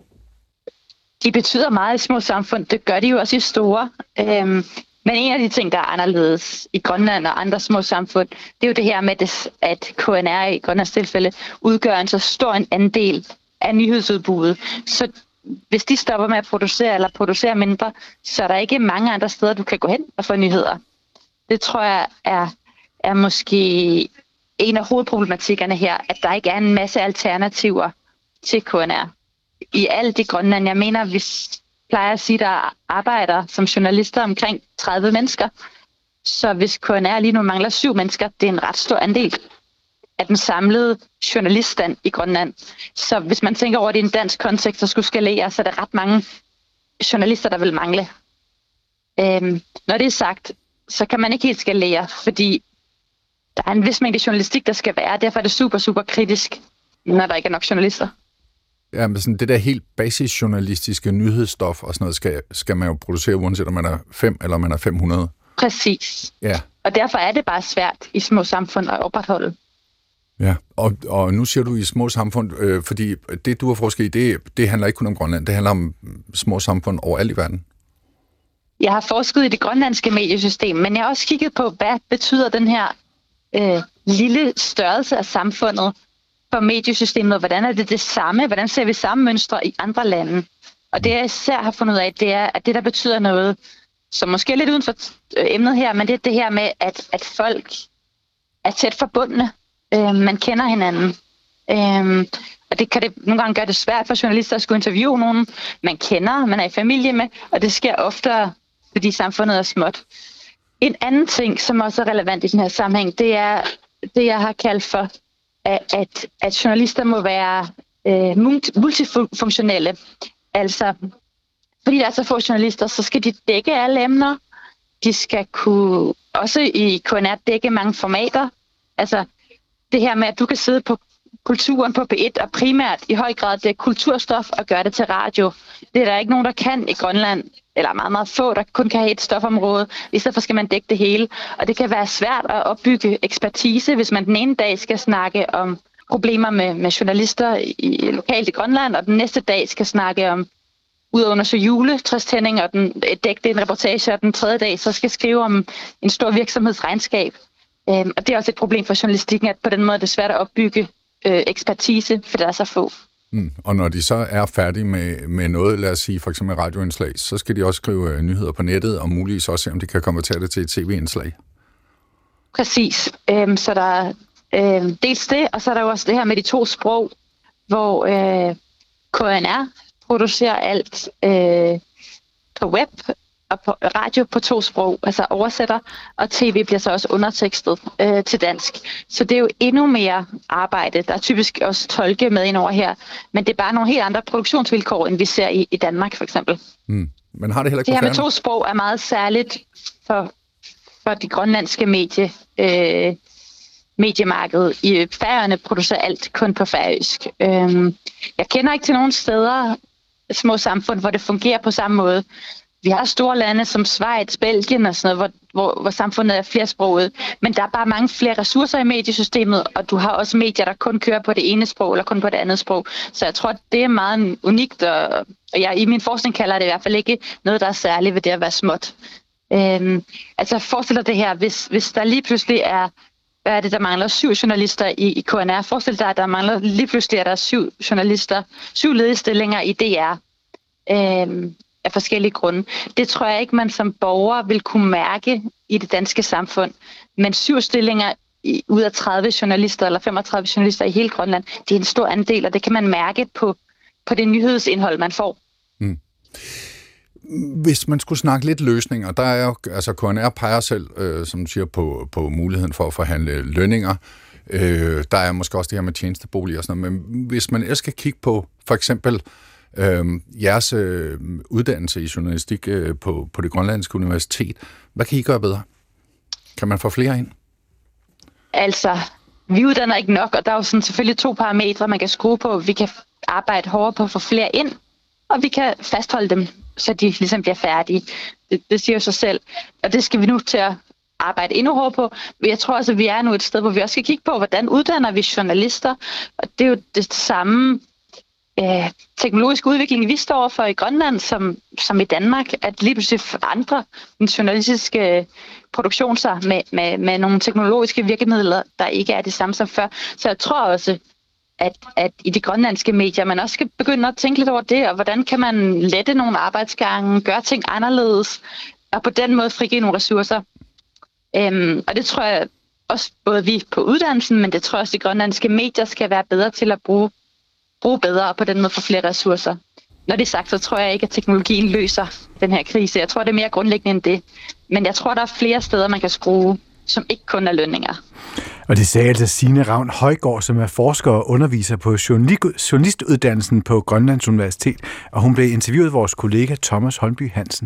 De betyder meget i små samfund. Det gør de jo også i store. Øhm, men en af de ting, der er anderledes i Grønland og andre små samfund, det er jo det her med, at K N R i Grønlands tilfælde udgør en så stor en andel af nyhedsudbuddet. Så hvis de stopper med at producere eller producere mindre, så er der ikke mange andre steder, du kan gå hen og få nyheder. Det tror jeg er, er måske en af hovedproblematikkerne her, at der ikke er en masse alternativer til K N R. I alt i Grønland, jeg mener, vi plejer at sige, der arbejder som journalister omkring tredive mennesker. Så hvis K N R lige nu mangler syv mennesker, det er en ret stor andel af den samlede journaliststand i Grønland. Så hvis man tænker over det i en dansk kontekst, så skulle skalere, så er der ret mange journalister, der vil mangle. Øhm, når det er sagt, så kan man ikke helt skalere, fordi der er en vis mængde journalistik, der skal være. Derfor er det super, super kritisk, når der ikke er nok journalister. Ja, men sådan det der helt basisjournalistiske nyhedsstof og sådan noget, skal, skal man jo producere, uanset om man er fem eller man er fem hundrede. Præcis. Ja. Og derfor er det bare svært i små samfund at opretholde. Ja, og, og nu siger du i små samfund, øh, fordi det, du har forsket i, det, det handler ikke kun om Grønland, det handler om små samfund overalt i verden. Jeg har forsket i det grønlandske mediesystem, men jeg har også kigget på, hvad betyder den her øh, lille størrelse af samfundet for mediesystemet, hvordan er det det samme, hvordan ser vi samme mønstre i andre lande. Og det jeg især har fundet ud af, det er, at det der betyder noget, som måske er lidt uden for emnet her, men det er det her med, at, at folk er tæt forbundne. Øh, man kender hinanden. Øh, og det kan det nogle gange gøre det svært for journalister at skulle interviewe nogen, man kender, man er i familie med, og det sker oftere, fordi samfundet er småt. En anden ting, som også er relevant i den her sammenhæng, det er det, jeg har kaldt for, at, at journalister må være øh, multifunktionelle. Altså, fordi der er så få journalister, så skal de dække alle emner. De skal kunne, også i K N R, dække mange formater. Altså, det her med, at du kan sidde på kulturen på P et, og primært i høj grad det er kulturstof og gøre det til radio. Det er der ikke nogen, der kan i Grønland, eller meget, meget få, der kun kan have et stofområde. I stedet for skal man dække det hele. Og det kan være svært at opbygge ekspertise, hvis man den ene dag skal snakke om problemer med, med journalister i, lokalt i Grønland, og den næste dag skal snakke om ud at undersøge juletræstænding, og den, dække en reportage, og den tredje dag så skal skrive om en stor virksomhedsregnskab. Øhm, og det er også et problem for journalistikken, at på den måde er det svært at opbygge øh, ekspertise, for der er så få. Mm. Og når de så er færdige med, med noget, lad os sige for eksempel radioindslag, så skal de også skrive øh, nyheder på nettet, og muligvis også se, om de kan konvertere det til et tv-indslag. Præcis. Øhm, så der er øh, dels det, og så er der jo også det her med de to sprog, hvor øh, K N R producerer alt øh, på web og på radio på to sprog, altså oversætter, og tv bliver så også undertekstet øh, til dansk. Så det er jo endnu mere arbejde. Der er typisk også tolke med ind over her, men det er bare nogle helt andre produktionsvilkår, end vi ser i, i Danmark for eksempel. Mm. Men har det heller ikke det her med to sprog er meget særligt for, for de grønlandske medie, øh, mediemarked. I Færøerne producerer alt kun på færøsk. Øh, jeg kender ikke til nogen steder, små samfund, hvor det fungerer på samme måde. Vi har store lande som Schweiz, Belgien og sådan noget, hvor, hvor, hvor samfundet er flersproget. Men der er bare mange flere ressourcer i mediesystemet, og du har også medier, der kun kører på det ene sprog eller kun på det andet sprog. Så jeg tror, det er meget unikt, og, og jeg i min forskning kalder det i hvert fald ikke noget, der er særligt ved det at være småt. Øhm, altså forestil dig det her, hvis, hvis der lige pludselig er, hvad er det, der mangler syv journalister i, i K N R. Forestil dig, at der mangler lige pludselig er der syv journalister, syv ledige stillinger i D R. Øhm, af forskellige grunde. Det tror jeg ikke, man som borger vil kunne mærke i det danske samfund. Men syv stillinger i, ud af tredive journalister eller femogtredive journalister i hele Grønland, det er en stor andel, og det kan man mærke på, på det nyhedsindhold, man får. Mm. Hvis man skulle snakke lidt løsninger, der er jo, altså K N R peger selv, øh, som siger, på, på muligheden for at forhandle lønninger. Øh, der er måske også det her med tjenestebolig og sådan noget, men hvis man ellers skal kigge på for eksempel Øhm, jeres øh, uddannelse i journalistik øh, på, på det grønlandske universitet. Hvad kan I gøre bedre? Kan man få flere ind? Altså, vi uddanner ikke nok, og der er jo sådan selvfølgelig to parametre, man kan skrue på. Vi kan arbejde hårdere på at få flere ind, og vi kan fastholde dem, så de ligesom bliver færdige. Det, det siger jo sig selv, og det skal vi nu til at arbejde endnu hårdere på. Men jeg tror altså, vi er nu et sted, hvor vi også skal kigge på, hvordan uddanner vi journalister, og det er jo det samme Øh, teknologisk udvikling, vi står for i Grønland, som, som i Danmark, at lige pludselig andre den journalistiske produktion sig med, med, med nogle teknologiske virkemidler, der ikke er det samme som før. Så jeg tror også, at, at i de grønlandske medier, man også skal begynde at tænke lidt over det, og hvordan kan man lette nogle arbejdsgange, gøre ting anderledes, og på den måde frigive nogle ressourcer. Øhm, og det tror jeg også både vi på uddannelsen, men det tror jeg også, at de grønlandske medier skal være bedre til at bruge bruge bedre og på den måde få flere ressourcer. Når det er sagt, så tror jeg ikke, at teknologien løser den her krise. Jeg tror, det er mere grundlæggende end det. Men jeg tror, der er flere steder, man kan skrue, som ikke kun er lønninger. Og det sagde altså Signe Ravn Højgaard, som er forsker og underviser på journalistuddannelsen på Grønlands Universitet, og hun blev interviewet af vores kollega Thomas Holmby Hansen.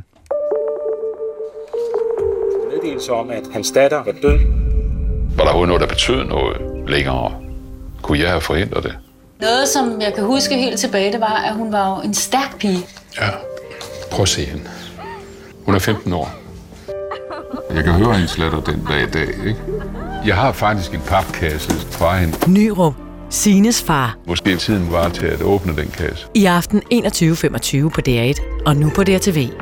Meddelelse om, at hans datter var død. Var der overhovedet noget, der betød noget længere? Kunne jeg have forhindret det? Noget, som jeg kan huske helt tilbage, det var, at hun var jo en stærk pige. Ja, prøv at se hende. Hun er femten år. Jeg kan høre hendes latter den dag i dag, ikke? Jeg har faktisk en papkasse fra hende. Nyrup, Signes far. Måske tiden var til at åbne den kasse. I aften enogtyve femogtyve på D R et, og nu på D R T V.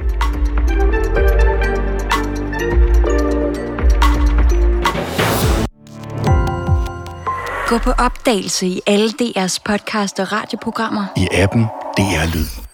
Gå på opdagelse i alle D R's podcast og radioprogrammer. I appen D R Lyd.